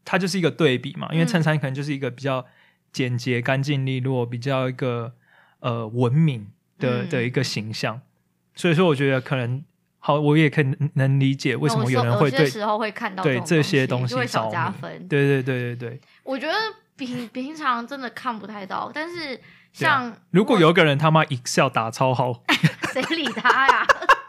Speaker 2: 它就是一个对比嘛，因为衬衫可能就是一个比较简洁、干净利落，比较一个文明的一个形象，所以说我觉得可能好，我也可以能理解为什么有人会对
Speaker 1: 有些时候会看到
Speaker 2: 对这些东西
Speaker 1: 就会小加分。
Speaker 2: 对，
Speaker 1: 我觉得平常真的看不太到，但是像
Speaker 2: 如果有一个人他妈 Excel 打超好，
Speaker 1: 谁理他呀？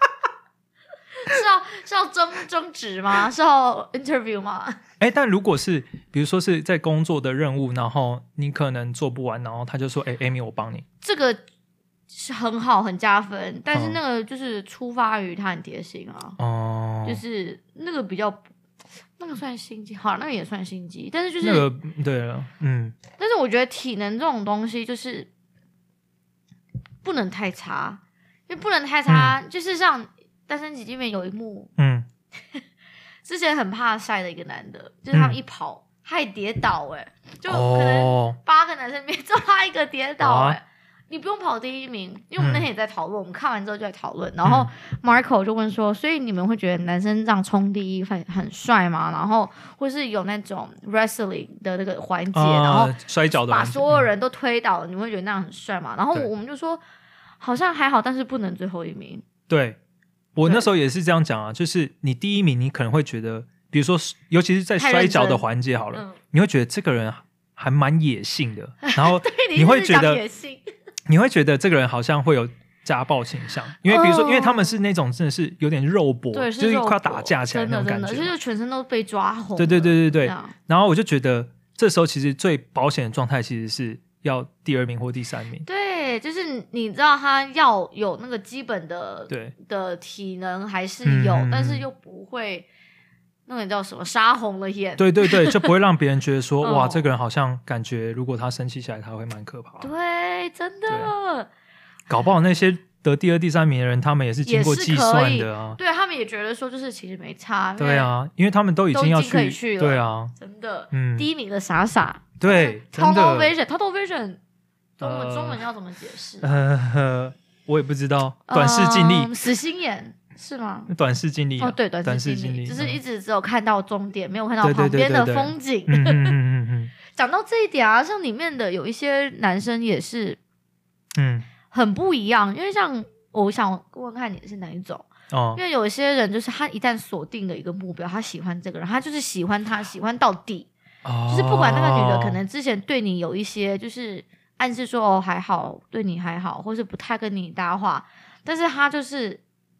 Speaker 1: 是要争执吗？是要 interview 吗？
Speaker 2: 但如果是比如说是在工作的任务，然后你可能做不完，然后他就说Amy 我帮你，
Speaker 1: 这个是很好很加分，但是那个就是出发于他很贴心啊，就是那个比较那个算心机，好，那个也算心机，但是就是
Speaker 2: 那个对了，
Speaker 1: 但是我觉得体能这种东西就是不能太差，因为不能太差，就是像《单身即地面》有一幕，之前很怕晒的一个男的，就是他们一跑，他也跌倒，就可能8个男生里面就他一个跌倒，你不用跑第一名，因为我们那天也在讨论，我们看完之后就在讨论，然后 Marco 就问说，所以你们会觉得男生这样冲第一很帅吗？然后或是有那种 wrestling 的那个环节，然后
Speaker 2: 摔跤的
Speaker 1: 把所有人都推倒了，你们会觉得那样很帅吗？然后我们就说好像还好，但是不能最后一名。
Speaker 2: 对，我那时候也是这样讲啊，就是你第一名你可能会觉得，比如说尤其是在摔跤的环节好了，你会觉得这个人还蛮野性的，然后你会觉得你会觉得这个人好像会有家暴倾向，因为比如说因为他们是那种真的是有点肉搏，就是快要打架起来那种感觉，
Speaker 1: 就是全身都被抓红。
Speaker 2: 对，然后我就觉得这时候其实最保险的状态其实是要第2名或第3名。
Speaker 1: 对，就是你知道他要有那个基本的体能还是有，但是又不会那个叫什么杀红了眼。
Speaker 2: 对，就不会让别人觉得说哇，这个人好像感觉如果他生气起来他会蛮可怕的。
Speaker 1: 对，真的。
Speaker 2: 搞不好那些得第2、第3名的人，他们也是经过计算的啊。
Speaker 1: 对，他们也觉得说就是其实没差。
Speaker 2: 对啊，因为他们都已经要
Speaker 1: 可以去了。
Speaker 2: 对啊，
Speaker 1: 真的。第一名的傻傻。
Speaker 2: 对，真的。
Speaker 1: Tunnel vision， 中文要怎么解释？
Speaker 2: 我也不知道。短视近利。
Speaker 1: 死心眼是吗？
Speaker 2: 短视近利。
Speaker 1: 对，短视近利，就是一直只有看到终点，没有看到旁边的风景。讲到这一点啊，像里面的有一些男生也是，很不一样。因为像我想问看你是哪一种？因为有一些人就是他一旦锁定了一个目标，他喜欢这个人，他就是喜欢他，喜欢到底。就是不管那个女的可能之前对你有一些就是暗示说还好，对你还好，或是不太跟你搭话，但是他就是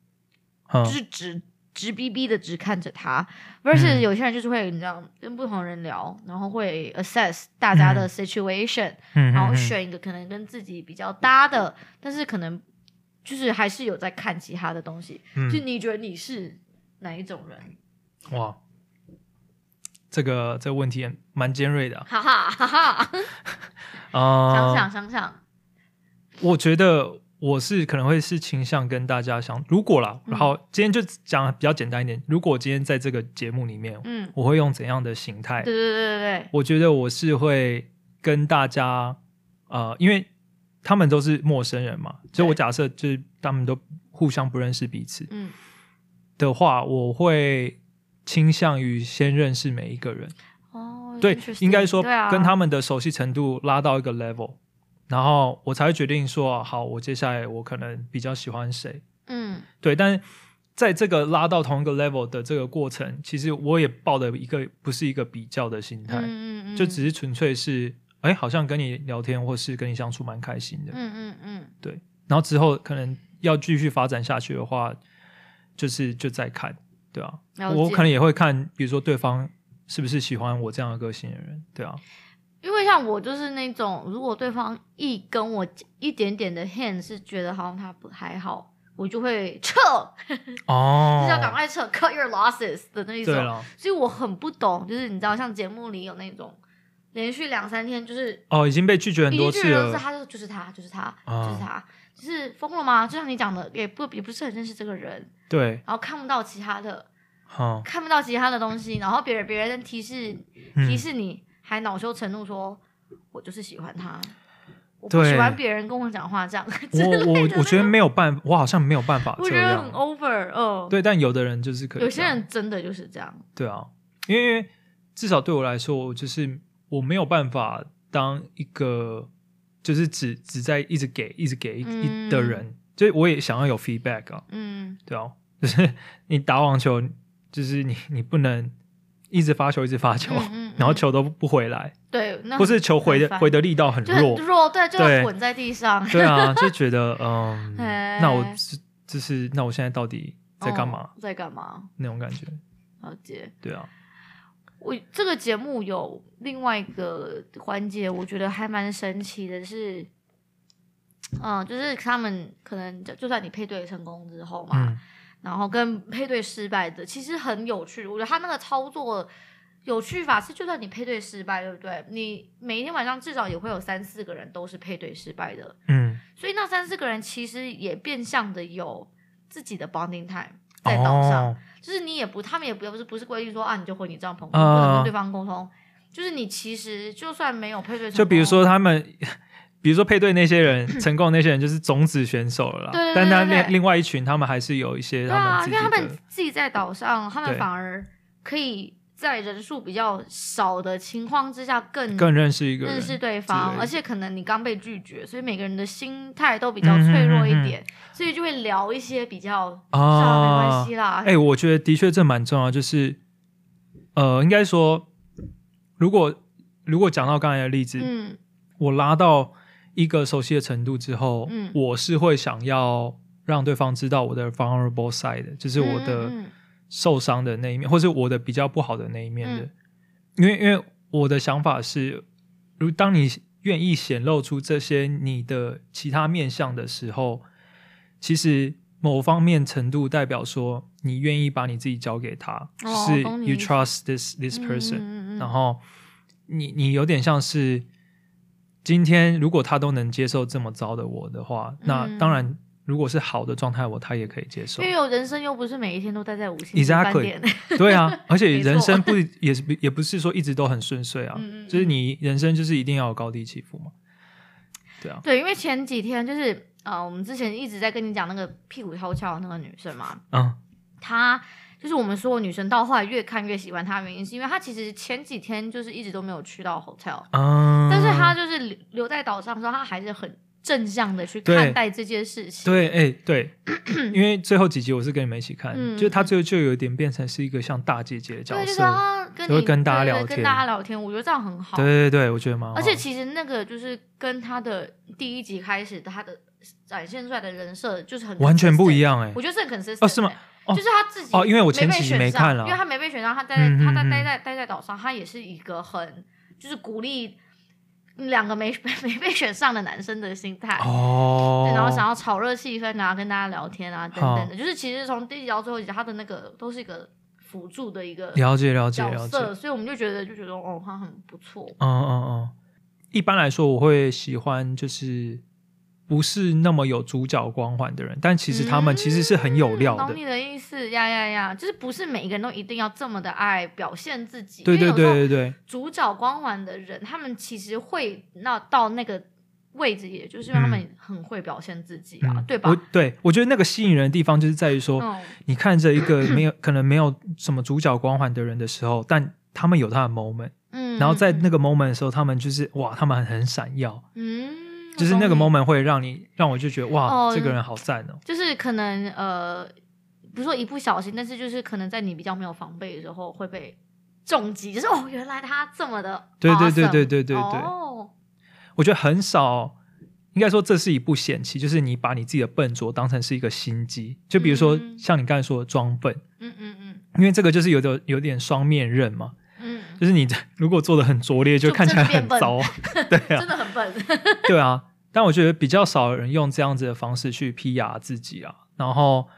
Speaker 1: 直逼逼的只看着他。versus 有些人就是会你知道跟不同人聊，然后会 assess 大家的 situation，然后选一个可能跟自己比较搭的，但是可能就是还是有在看其他的东西。就你觉得你是哪一种人？
Speaker 2: 哇，这个问题也蛮尖锐的，
Speaker 1: 哈哈哈哈。想想，
Speaker 2: 我觉得我是可能会是倾向跟大家如果啦，然后今天就讲比较简单一点，如果我今天在这个节目里面，我会用怎样的形态？
Speaker 1: 对，
Speaker 2: 我觉得我是会跟大家，因为他们都是陌生人嘛，所以我假设就是他们都互相不认识彼此，的话，我会倾向于先认识每一个人。对，应该说跟他们的熟悉程度拉到一个 level， 然后我才会决定说好，我接下来我可能比较喜欢谁。对，但是在这个拉到同一个 level 的这个过程，其实我也抱的不是一个比较的心态，就只是纯粹是好像跟你聊天或是跟你相处蛮开心的。对，然后之后可能要继续发展下去的话，就再看。对啊，我可能也会看比如说对方是不是喜欢我这样的个性的人。对啊，
Speaker 1: 因为像我就是那种如果对方一跟我一点点的 hint 是觉得好像他不还好，我就会撤。就是要赶快撤 cut your losses 的那一种。所以我很不懂，就是你知道像节目里有那种连续2-3天就是
Speaker 2: 已经被拒绝很多次了，
Speaker 1: 就是他就是疯了吗？就像你讲的也不是很认识这个人，
Speaker 2: 对，
Speaker 1: 然后看不到其他的看不到其他的东西，然后别人提示你还恼羞成怒说我就是喜欢他，我不喜欢别人跟我讲话这样。
Speaker 2: 我觉得没有办法，我好像没有办法这样，
Speaker 1: 我觉得很 over。
Speaker 2: 对，但有的人就是可以，
Speaker 1: 有些人真的就是这样。
Speaker 2: 对啊，因为至少对我来说，就是我没有办法当一个就是只在一直给的人，就我也想要有 feedback 啊，对啊，就是你打网球，就是你不能一直发球，然后球都不回来，
Speaker 1: 对，
Speaker 2: 或是球回的力道很弱，
Speaker 1: 对，就会滚在地上，
Speaker 2: 对啊，就觉得那我就是那我现在到底在干嘛？那种感觉，
Speaker 1: 了解，
Speaker 2: 对啊。
Speaker 1: 我这个节目有另外一个环节，我觉得还蛮神奇的是，就是他们可能就算你配对成功之后嘛，然后跟配对失败的，其实很有趣。我觉得他那个操作有趣法是，就算你配对失败，对不对？你每一天晚上至少也会有3-4个人都是配对失败的，所以那3-4个人其实也变相的有自己的 bonding time 在岛上。就是他们也不是规定说啊，你就回你帐篷，你不能跟对方沟通。就是你其实就算没有配对成功，
Speaker 2: 就比如说比如说配对那些人成功的那些人就是种子选手了啦，
Speaker 1: 对，
Speaker 2: 但另外一群他们还是有一些他们自己的，
Speaker 1: 因为他们自己在岛上，他们反而可以在人数比较少的情况之下更认识对方，而且可能你刚被拒绝，所以每个人的心态都比较脆弱一点，所以就会聊一些比较没关系啦。
Speaker 2: 我觉得的确这蛮重要，就是应该说如果讲到刚才的例子，我拉到一个熟悉的程度之后，我是会想要让对方知道我的 vulnerable side， 就是我的受伤的那一面，或是我的比较不好的那一面的。因为我的想法是，当你愿意显露出这些你的其他面向的时候，其实某方面程度代表说你愿意把你自己交给他，就是 you trust this person，然后你有点像是今天如果他都能接受这么糟的我的话，那当然如果是好的状态他也可以接受，
Speaker 1: 因为人生又不是每一天都待在5星级饭店，
Speaker 2: 对啊，而且人生也不是说一直都很顺遂啊，就是你人生就是一定要有高低起伏嘛，对啊，
Speaker 1: 对，因为前几天就是我们之前一直在跟你讲那个屁股超翘的那个女生嘛，她就是我们所有女生到后来越看越喜欢她的原因，是因为她其实前几天就是一直都没有去到 hotel，但是她就是留在岛上的时候，她还是很正向的去看待这件事情。
Speaker 2: 对，对，因为最后几集我是跟你们一起看，就是她最后就有点变成是一个像大姐姐的角色，
Speaker 1: 就
Speaker 2: 会跟大家聊
Speaker 1: 天，我觉得这样很好。
Speaker 2: 对，我觉得蛮好。
Speaker 1: 而且其实那个就是跟她的第一集开始，她的展现出来的人设就是很
Speaker 2: 完全不一样我
Speaker 1: 觉得是很 consistent
Speaker 2: 是吗？
Speaker 1: 就是他自己
Speaker 2: 因为我前期没看了，
Speaker 1: 因为他没被选上，他待在岛上，他也是一个很就是鼓励2个没被选上的男生的心态对，然后想要炒热气氛啊，跟大家聊天啊等等的，就是其实从第一集到最后一集，他的那个都是一个辅助的一个
Speaker 2: 了解
Speaker 1: 角色，所以我们就觉得他很不错。
Speaker 2: 一般来说我会喜欢就是不是那么有主角光环的人，但其实他们其实是很有料的。
Speaker 1: 懂你的意思呀，就是不是每一个人都一定要这么的爱表现自己。
Speaker 2: 对，
Speaker 1: 主角光环的人，他们其实会到那个位置，也就是因为他们很会表现自己对吧？
Speaker 2: 我觉得那个吸引人的地方就是在于说，你看着一个可能没有什么主角光环的人的时候，但他们有他的 moment，然后在那个 moment 的时候，他们就是哇，他们很闪耀，就是那个 moment 会让我就觉得哇，这个人好赞哦。
Speaker 1: 就是可能不是说一不小心，但是就是可能在你比较没有防备的时候会被重击，就是原来他这么的 awesome，
Speaker 2: 对，我觉得很少，应该说这是一部险棋，就是你把你自己的笨拙当成是一个心机，就比如说像你刚才说的装笨，因为这个就是有点双面刃嘛。就是你如果做的很拙劣，就看起来很糟，对啊，
Speaker 1: 真的很笨，
Speaker 2: 对啊。但我觉得比较少人用这样子的方式去 PR 自己啊。然后，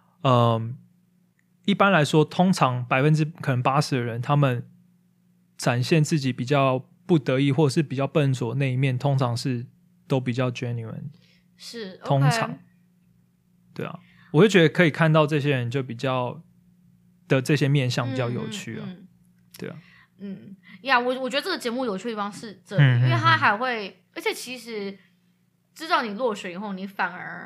Speaker 2: 一般来说，通常可能80%的人，他们展现自己比较不得意或者是比较笨拙那一面，通常是都比较 genuine，
Speaker 1: 是
Speaker 2: 通常，对啊。我会觉得可以看到这些人就比较的这些面向比较有趣啊，对啊。
Speaker 1: 我觉得这个节目有趣的地方是这里，因为他还会，而且其实知道你落选以后，你反而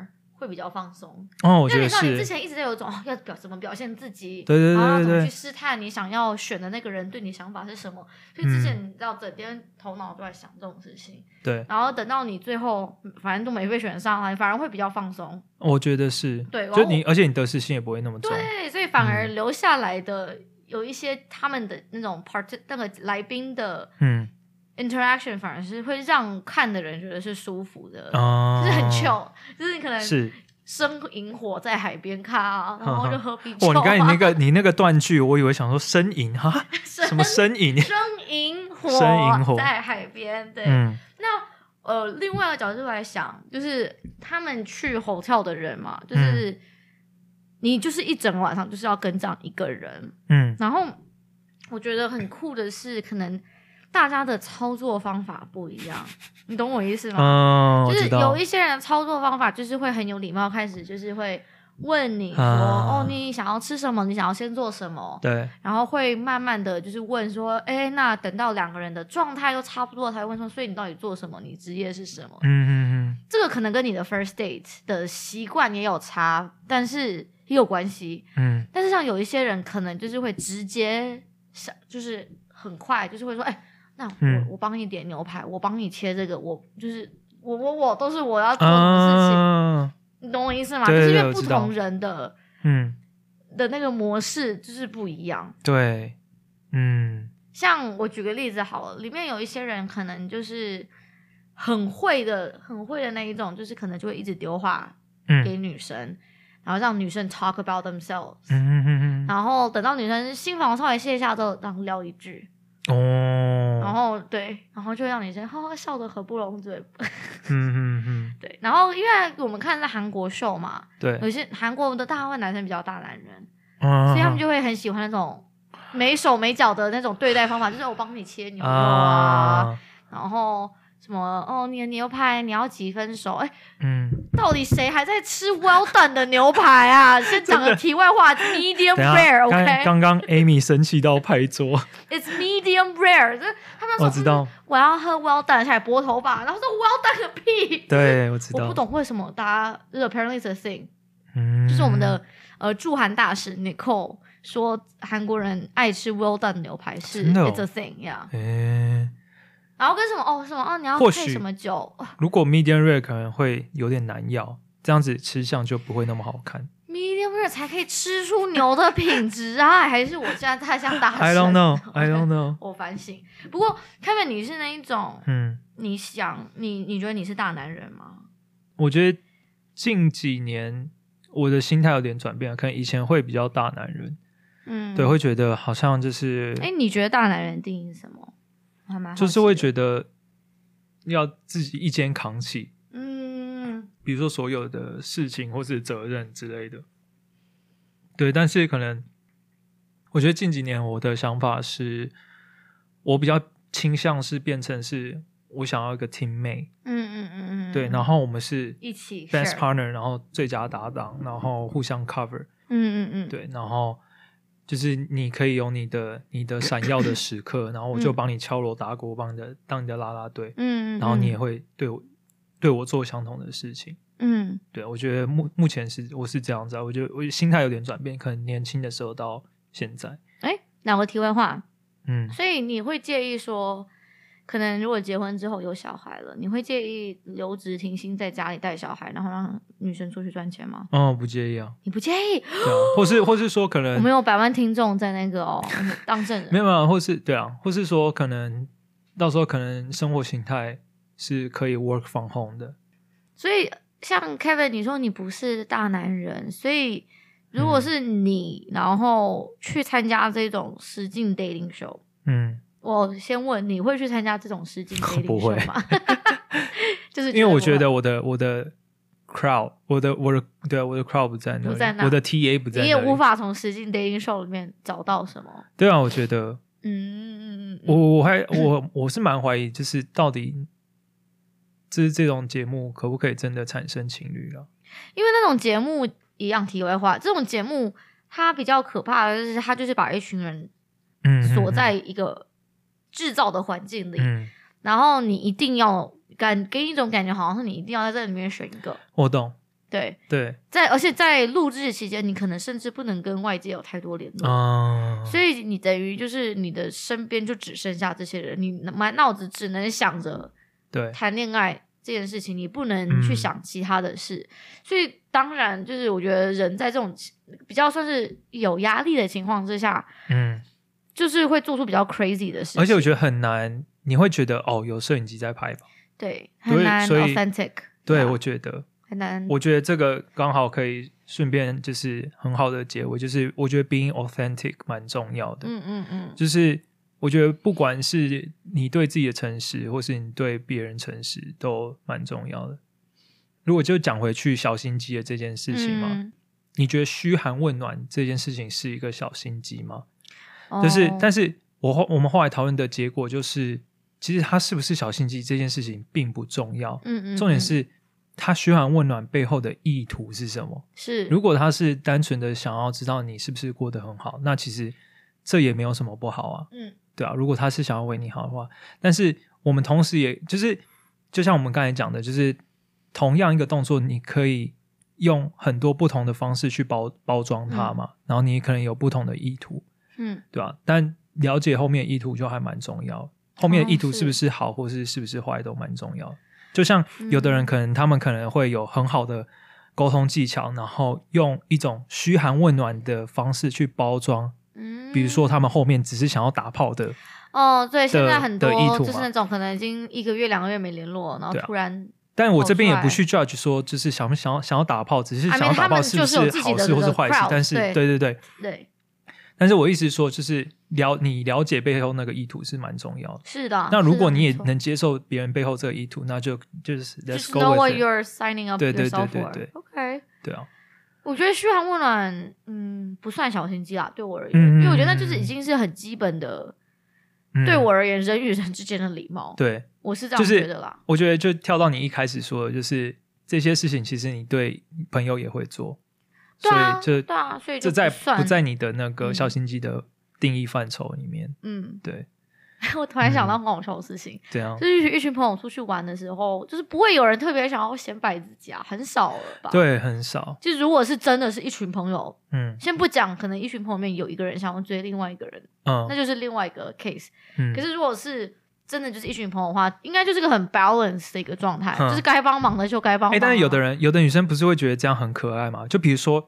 Speaker 1: 会比较放松。
Speaker 2: 我觉得是。
Speaker 1: 因为你之前一直在有一种要怎么表现自己，
Speaker 2: 对，
Speaker 1: 然后要怎么去试探你想要选的那个人对你想法是什么，所以之前你知道整天头脑都在想这种事情。
Speaker 2: 对。然
Speaker 1: 后等到你最后反正都没被选上来，反而会比较放松。
Speaker 2: 我觉得是。
Speaker 1: 对，
Speaker 2: 就而且你得失心也不会那么重。
Speaker 1: 对，所以反而留下来的有一些他们的那种那个来宾的interaction 反而是会让看的人觉得是舒服的，就是很 chill， 就是你可能是生萤火在海边看啊，然后就喝啤酒。
Speaker 2: 你刚才你那个断句，我以为想说生萤哈，什么生萤？
Speaker 1: 生萤火在海边，对。那另外一个角度来想，就是他们去 hotel 的人嘛，就是你就是一整晚上就是要跟这样一个人，然后我觉得很酷的是，可能大家的操作方法不一样，你懂我意思吗？就是有一些人的操作方法就是会很有礼貌，开始就是会问你说你想要吃什么，你想要先做什么，
Speaker 2: 对，
Speaker 1: 然后会慢慢的就是问说那等到两个人的状态都差不多才问说，所以你到底做什么，你职业是什么。这个可能跟你的 first date 的习惯也有差，但是也有关系。但是像有一些人可能就是会直接就是很快就是会说那我帮你点牛排，我帮你切这个，我就是我都是我要做什么事情，你懂我意思吗？
Speaker 2: 对对对，
Speaker 1: 就是因为不同人的的那个模式就是不一样。
Speaker 2: 对，
Speaker 1: 像我举个例子好了，里面有一些人可能就是很会的那一种，就是可能就会一直丢话给女生，然后让女生 talk about themselves，然后等到女生心防稍微卸下之后，然后撂一句。然后对，然后就让女生笑得合不拢嘴。对，然后因为我们看在韩国秀嘛，
Speaker 2: 对，
Speaker 1: 有些韩国的大部分男生比较大男人，所以他们就会很喜欢那种没手没脚的那种对待方法，就是我帮你切牛肉然后什么你的牛排你要几分熟？到底谁还在吃 well done 的牛排啊？先讲个题外话，medium rare，OK？
Speaker 2: 刚刚 Amy 生气到拍桌。
Speaker 1: It's medium rare， 就是他们说
Speaker 2: 我知道，
Speaker 1: 我要喝 well done， 下来拨头发，然后说 well done 个屁！
Speaker 2: 对，我知道，
Speaker 1: 我不懂为什么大家这个 apparently is a thing，就是我们的驻韩大使 Nicole 说韩国人爱吃 well done 牛排是 it's a thing， yeah。然后跟什么你要配什么酒？
Speaker 2: 如果 medium rare 可能会有点难咬，这样子吃相就不会那么好看。
Speaker 1: medium rare 才可以吃出牛的品质啊，还是我现在太像大神
Speaker 2: ？I don't know
Speaker 1: 我反省。不过 Kevin 你是那一种，你觉得你是大男人吗？
Speaker 2: 我觉得近几年我的心态有点转变了，可能以前会比较大男人，对，会觉得好像就是
Speaker 1: 你觉得大男人定义是什么？
Speaker 2: 就是会觉得要自己一肩扛起，比如说所有的事情或是责任之类的，对。但是可能我觉得近几年我的想法是，我比较倾向是变成是我想要一个 teammate，对，然后我们是
Speaker 1: 一起
Speaker 2: best partner， 然后最佳搭档，然后互相 cover，对，然后。就是你可以有你的闪耀的时刻，然后我就帮你敲锣打鼓，当你的啦啦队，然后你也会对我做相同的事情，对，我觉得目前我是这样子，我觉得我心态有点转变，可能年轻的时候到现在。
Speaker 1: 哪个题外话？所以你会介意说，可能如果结婚之后有小孩了，你会介意留职停薪在家里带小孩，然后让女生出去赚钱吗？
Speaker 2: 不介意啊。
Speaker 1: 你不介意？
Speaker 2: 对啊，或是说可能
Speaker 1: 我们有100万听众在那个当证人。
Speaker 2: 没有，或是对啊，或是说可能到时候可能生活形态是可以 work from home 的。
Speaker 1: 所以像 Kevin 你说你不是大男人，所以如果是你然后去参加这种实境 dating show，我先问你会去参加这种实境 dating show 吗？就是
Speaker 2: 因为我觉得我的 crowd， 我的 crowd 不在那里，我的 TA 不在那里，
Speaker 1: 你也无法从实境 dating show 里面找到什么。
Speaker 2: 对啊，我觉得，我是蛮怀疑，就是到底这种节目可不可以真的产生情侣了？
Speaker 1: 因为那种节目一样，题外话，这种节目它比较可怕的就是它就是把一群人锁在一个制造的环境里，然后你一定要给你一种感觉，好像是你一定要在这里面选一个。
Speaker 2: 我懂，
Speaker 1: 对
Speaker 2: 对，
Speaker 1: 而且在录制期间，你可能甚至不能跟外界有太多联络，所以你等于就是你的身边就只剩下这些人，你满脑子只能想着谈恋爱这件事情，你不能去想其他的事，所以当然就是我觉得人在这种比较算是有压力的情况之下，就是会做出比较 crazy 的事情，
Speaker 2: 而且我觉得很难，你会觉得有摄影机在拍吧？
Speaker 1: 对，很难 authentic。
Speaker 2: 对，我觉得
Speaker 1: 很难。
Speaker 2: 我觉得这个刚好可以顺便就是很好的结尾，就是我觉得 being authentic 蛮重要的。就是我觉得不管是你对自己的诚实，或是你对别人诚实，都蛮重要的。如果就讲回去小心机的这件事情嘛，你觉得嘘寒问暖这件事情是一个小心机吗？就是但是我们后来讨论的结果就是，其实他是不是小心机这件事情并不重要，重点是他嘘寒问暖背后的意图是什么？是如果他是单纯的想要知道你是不是过得很好，那其实这也没有什么不好啊，对啊。如果他是想要为你好的话，但是我们同时也就是就像我们刚才讲的，就是同样一个动作，你可以用很多不同的方式去包装它嘛，然后你可能有不同的意图，对吧？但了解后面的意图就还蛮重要，后面的意图是不是好，或是不是坏都蛮重要的。就像有的人他们可能会有很好的沟通技巧，然后用一种嘘寒问暖的方式去包装，比如说他们后面只是想要打炮的
Speaker 1: 对，现在很多就是那种可能已经1个月2个月没联络，然后突然
Speaker 2: 但我这边也不去 judge 说就是想要打炮，只是想要打炮是不是好事或是坏事，但是对，但是我意思是说就是你了解背后那个意图是蛮重要的。
Speaker 1: 是的。
Speaker 2: 那如果你也能接受别人背后这个意图，那就是 let's go with it.
Speaker 1: know what you're signing up yourself for.
Speaker 2: 对
Speaker 1: OK。
Speaker 2: 对啊。
Speaker 1: 我觉得嘘寒问暖不算小心机啦，对我而言，因为我觉得那就是已经是很基本的，对我而言人与人之间的礼貌。对，我是这样觉得啦。
Speaker 2: 就是我觉得就跳到你一开始说的，就是这些事情其实你对朋友也会做。
Speaker 1: 对啊，
Speaker 2: 所以
Speaker 1: 就
Speaker 2: 不在你的那个小心机的定义范畴里面。对。
Speaker 1: 我突然想到很好笑的事情，
Speaker 2: 就是
Speaker 1: 一群朋友出去玩的时候，就是不会有人特别想要显摆自己啊，很少了吧？
Speaker 2: 对，很少。
Speaker 1: 就如果是真的是一群朋友，先不讲，可能一群朋友里面有一个人想要追另外一个人，那就是另外一个 case。可是如果是真的就是一群朋友的话，应该就是个很 balance 的一个状态，就是该帮忙的就该帮忙。
Speaker 2: 但是有的女生不是会觉得这样很可爱吗？就比如说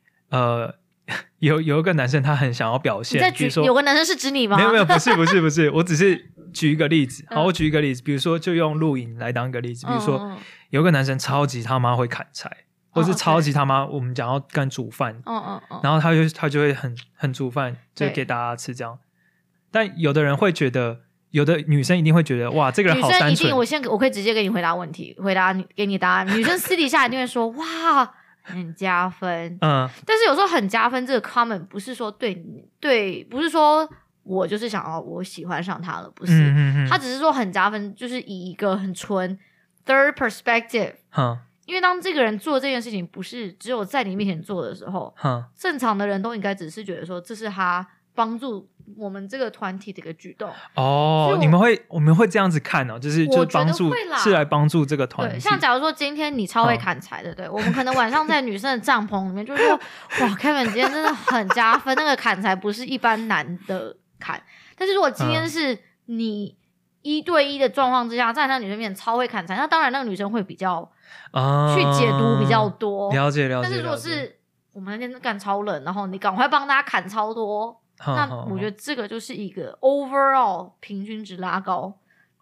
Speaker 2: 有一个男生他很想要表现，比如说
Speaker 1: 有个男生是指你吗？
Speaker 2: 没有不是我只是举一个例子。好，我举一个例子，比如说就用露营来当一个例子，比如说有个男生超级他妈会砍柴，或是超级他妈我们讲要干煮饭，然后他就会很煮饭，就给大家吃这样。但有的人会觉得，有的女生一定会觉得哇，这个人好单纯。
Speaker 1: 女生我可以直接给你回答问题，给你答案。女生私底下一定会说哇很加分，但是有时候很加分这个 comment 不是说对，不是说我就是想要我喜欢上他了，不是，他只是说很加分，就是以一个很纯 third perspective，因为当这个人做这件事情不是只有在你面前做的时候，正常的人都应该只是觉得说这是他帮助我们这个团体的一个举动。
Speaker 2: 我们会这样子看哦，就是帮助是来帮助这个团体。
Speaker 1: 像假如说今天你超会砍柴的，对，我们可能晚上在女生的帐篷里面就说哇 Kevin 今天真的很加分，那个砍柴不是一般难的砍。但是如果今天是你1对1的状况之下，在那女生面前超会砍柴，那当然那个女生会比较去解读比较多，
Speaker 2: 了解。
Speaker 1: 但是如果是我们那天干超冷，然后你赶快帮大家砍超多，那我觉得这个就是一个 overall 平均值拉高。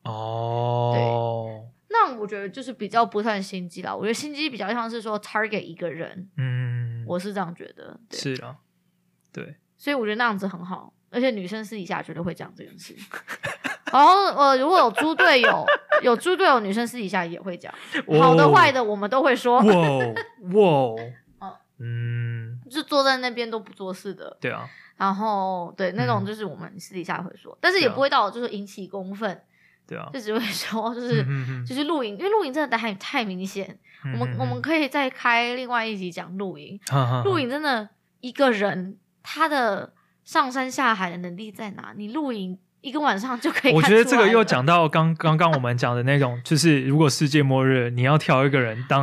Speaker 1: 对，那我觉得就是比较不算心机啦，我觉得心机比较像是说 target 一个人，我是这样觉得。
Speaker 2: 是啊，对，
Speaker 1: 所以我觉得那样子很好，而且女生私底下绝对会讲这件事。然后如果有猪队友，女生私底下也会讲，好的坏的我们都会说。就坐在那边都不做事的。
Speaker 2: 对啊。
Speaker 1: 然后对那种就是我们私底下会说，但是也不会到就是引起公愤。对啊。就只会说就是露营，因为露营真的太明显。我们可以再开另外一集讲露营。露营真的一个人他的上山下海的能力在哪？你露营1个晚上就可以看出来。
Speaker 2: 我觉得这个又讲到刚刚我们讲的那种，就是如果世界末日，你要挑一个人当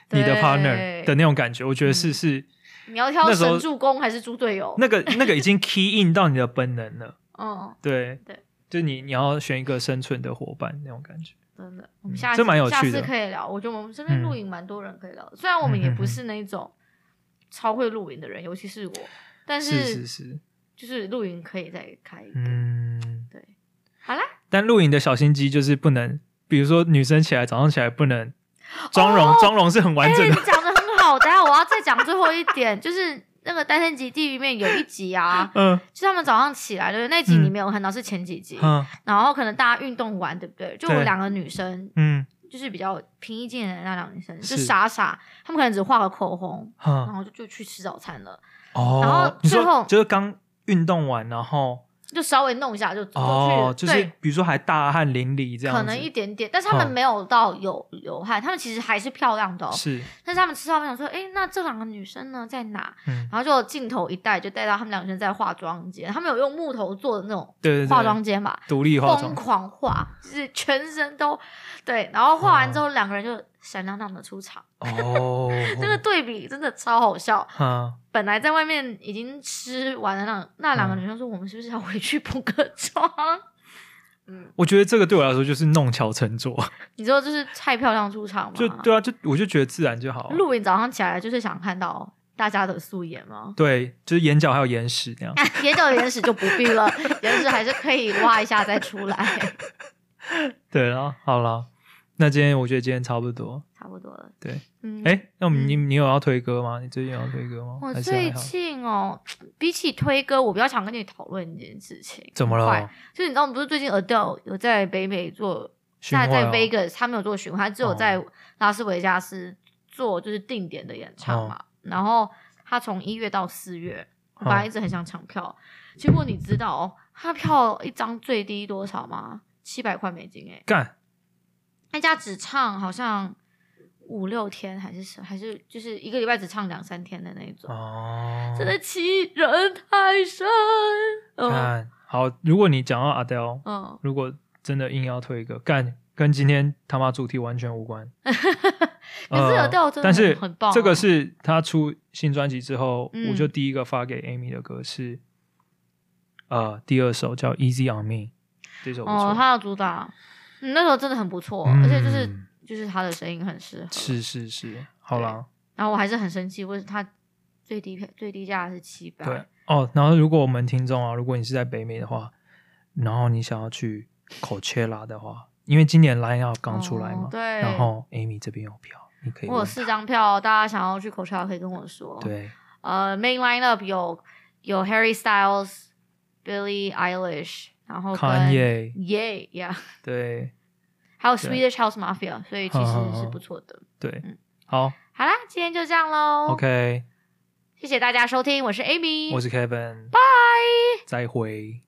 Speaker 2: 你的 partner 的那种感觉，我觉得是
Speaker 1: 你要挑神助攻还是猪队友？
Speaker 2: 那个已经 key in 到你的本能了。对，就你要选一个生存的伙伴那种感觉。
Speaker 1: 真的，我们下次可以聊。我觉得我们身边露营蛮多人可以聊的，虽然我们也不是那种超会露营的人，尤其是我，但是就是露营可以再开一个。对，好啦。
Speaker 2: 但露营的小心机就是不能，比如说女生早上起来不能妆容是很完整的。
Speaker 1: 你讲的很好，等一下我要再讲最后一点，就是那个单身极地里面有一集啊，就他们早上起来的那集里面有看到是前几集，然后可能大家运动完，对不对？就有2个女生，就是比较平易近人的那2个女生，就傻，他们可能只画个口红，然后就去吃早餐了。然后最后
Speaker 2: 就是刚运动完，然后
Speaker 1: 就稍微弄一下就走出去，
Speaker 2: 就是比如说还大汗淋漓这样子，
Speaker 1: 可能一点点，但是他们没有到有流汗，他们其实还是漂亮的
Speaker 2: 是。
Speaker 1: 但是他们吃到想说，那这2个女生呢在哪？然后就镜头一带就带到他们2个女生在化妆间，他们有用木头做的那种化妆间吧，
Speaker 2: 独立化妆，
Speaker 1: 疯狂化，就是全身都对，然后化完之后2个人就闪亮亮的出场。这个对比真的超好笑。本来在外面已经吃完了，那2个女生说，我们是不是要回去补个妆？
Speaker 2: 我觉得这个对我来说就是弄巧成拙。
Speaker 1: 你说就是太漂亮出场吗？
Speaker 2: 就对啊，我就觉得自然就好了。
Speaker 1: 露营早上起来就是想看到大家的素颜吗？
Speaker 2: 对，就是眼角还有眼屎那样。
Speaker 1: 眼角的眼屎就不必了，眼屎还是可以挖一下再出来。
Speaker 2: 对了，好了，那我觉得今天差不多
Speaker 1: 了。
Speaker 2: 对，那你有要推歌吗？你最近有要推歌吗？
Speaker 1: 我最近比起推歌，我比较想跟你讨论一件事情。
Speaker 2: 怎么了？
Speaker 1: 就是你知道，不是最近 Adele 有在北美做，在 Vegas 他没有做巡回，他只有在拉斯维加斯做就是定点的演唱嘛。然后他从1月到4月，我本来一直很想抢票，结果你知道他票一张最低多少吗？$700美
Speaker 2: 干！
Speaker 1: 那家只唱好像5-6天，还是就是1个礼拜只唱2-3天的那种。真的欺人太深。
Speaker 2: 好，如果你讲到 Adele，如果真的硬要推一个，跟今天他妈主题完全无关。
Speaker 1: 可是 Adele 真的很棒。
Speaker 2: 这个是他出新专辑之后，我就第一个发给 Amy 的歌是第2首叫 Easy on Me， 这首不错。
Speaker 1: 他的主打那时候真的很不错，而且就是他的声音很适合。
Speaker 2: 是，好啦。
Speaker 1: 然后我还是很生气，为什么他最低价是$700。
Speaker 2: 对然后如果我们听众如果你是在北美的话，然后你想要去 Coachella 的话，因为今年 line-up 刚出来嘛，
Speaker 1: 对。
Speaker 2: 然后 Amy 这边有票，你可以问他。
Speaker 1: 我有4张票，大家想要去 Coachella 可以跟我说。
Speaker 2: 对。
Speaker 1: Main line-up 有 Harry Styles、Billie Eilish。然后
Speaker 2: Kanye
Speaker 1: yeah
Speaker 2: 对，
Speaker 1: 还有 Swedish House Mafia， 所以其实是不错的。
Speaker 2: 对，好
Speaker 1: 啦，今天就这样咯。
Speaker 2: OK，
Speaker 1: 谢谢大家收听，我是 Amy，
Speaker 2: 我是 Kevin，
Speaker 1: 拜，
Speaker 2: 再会。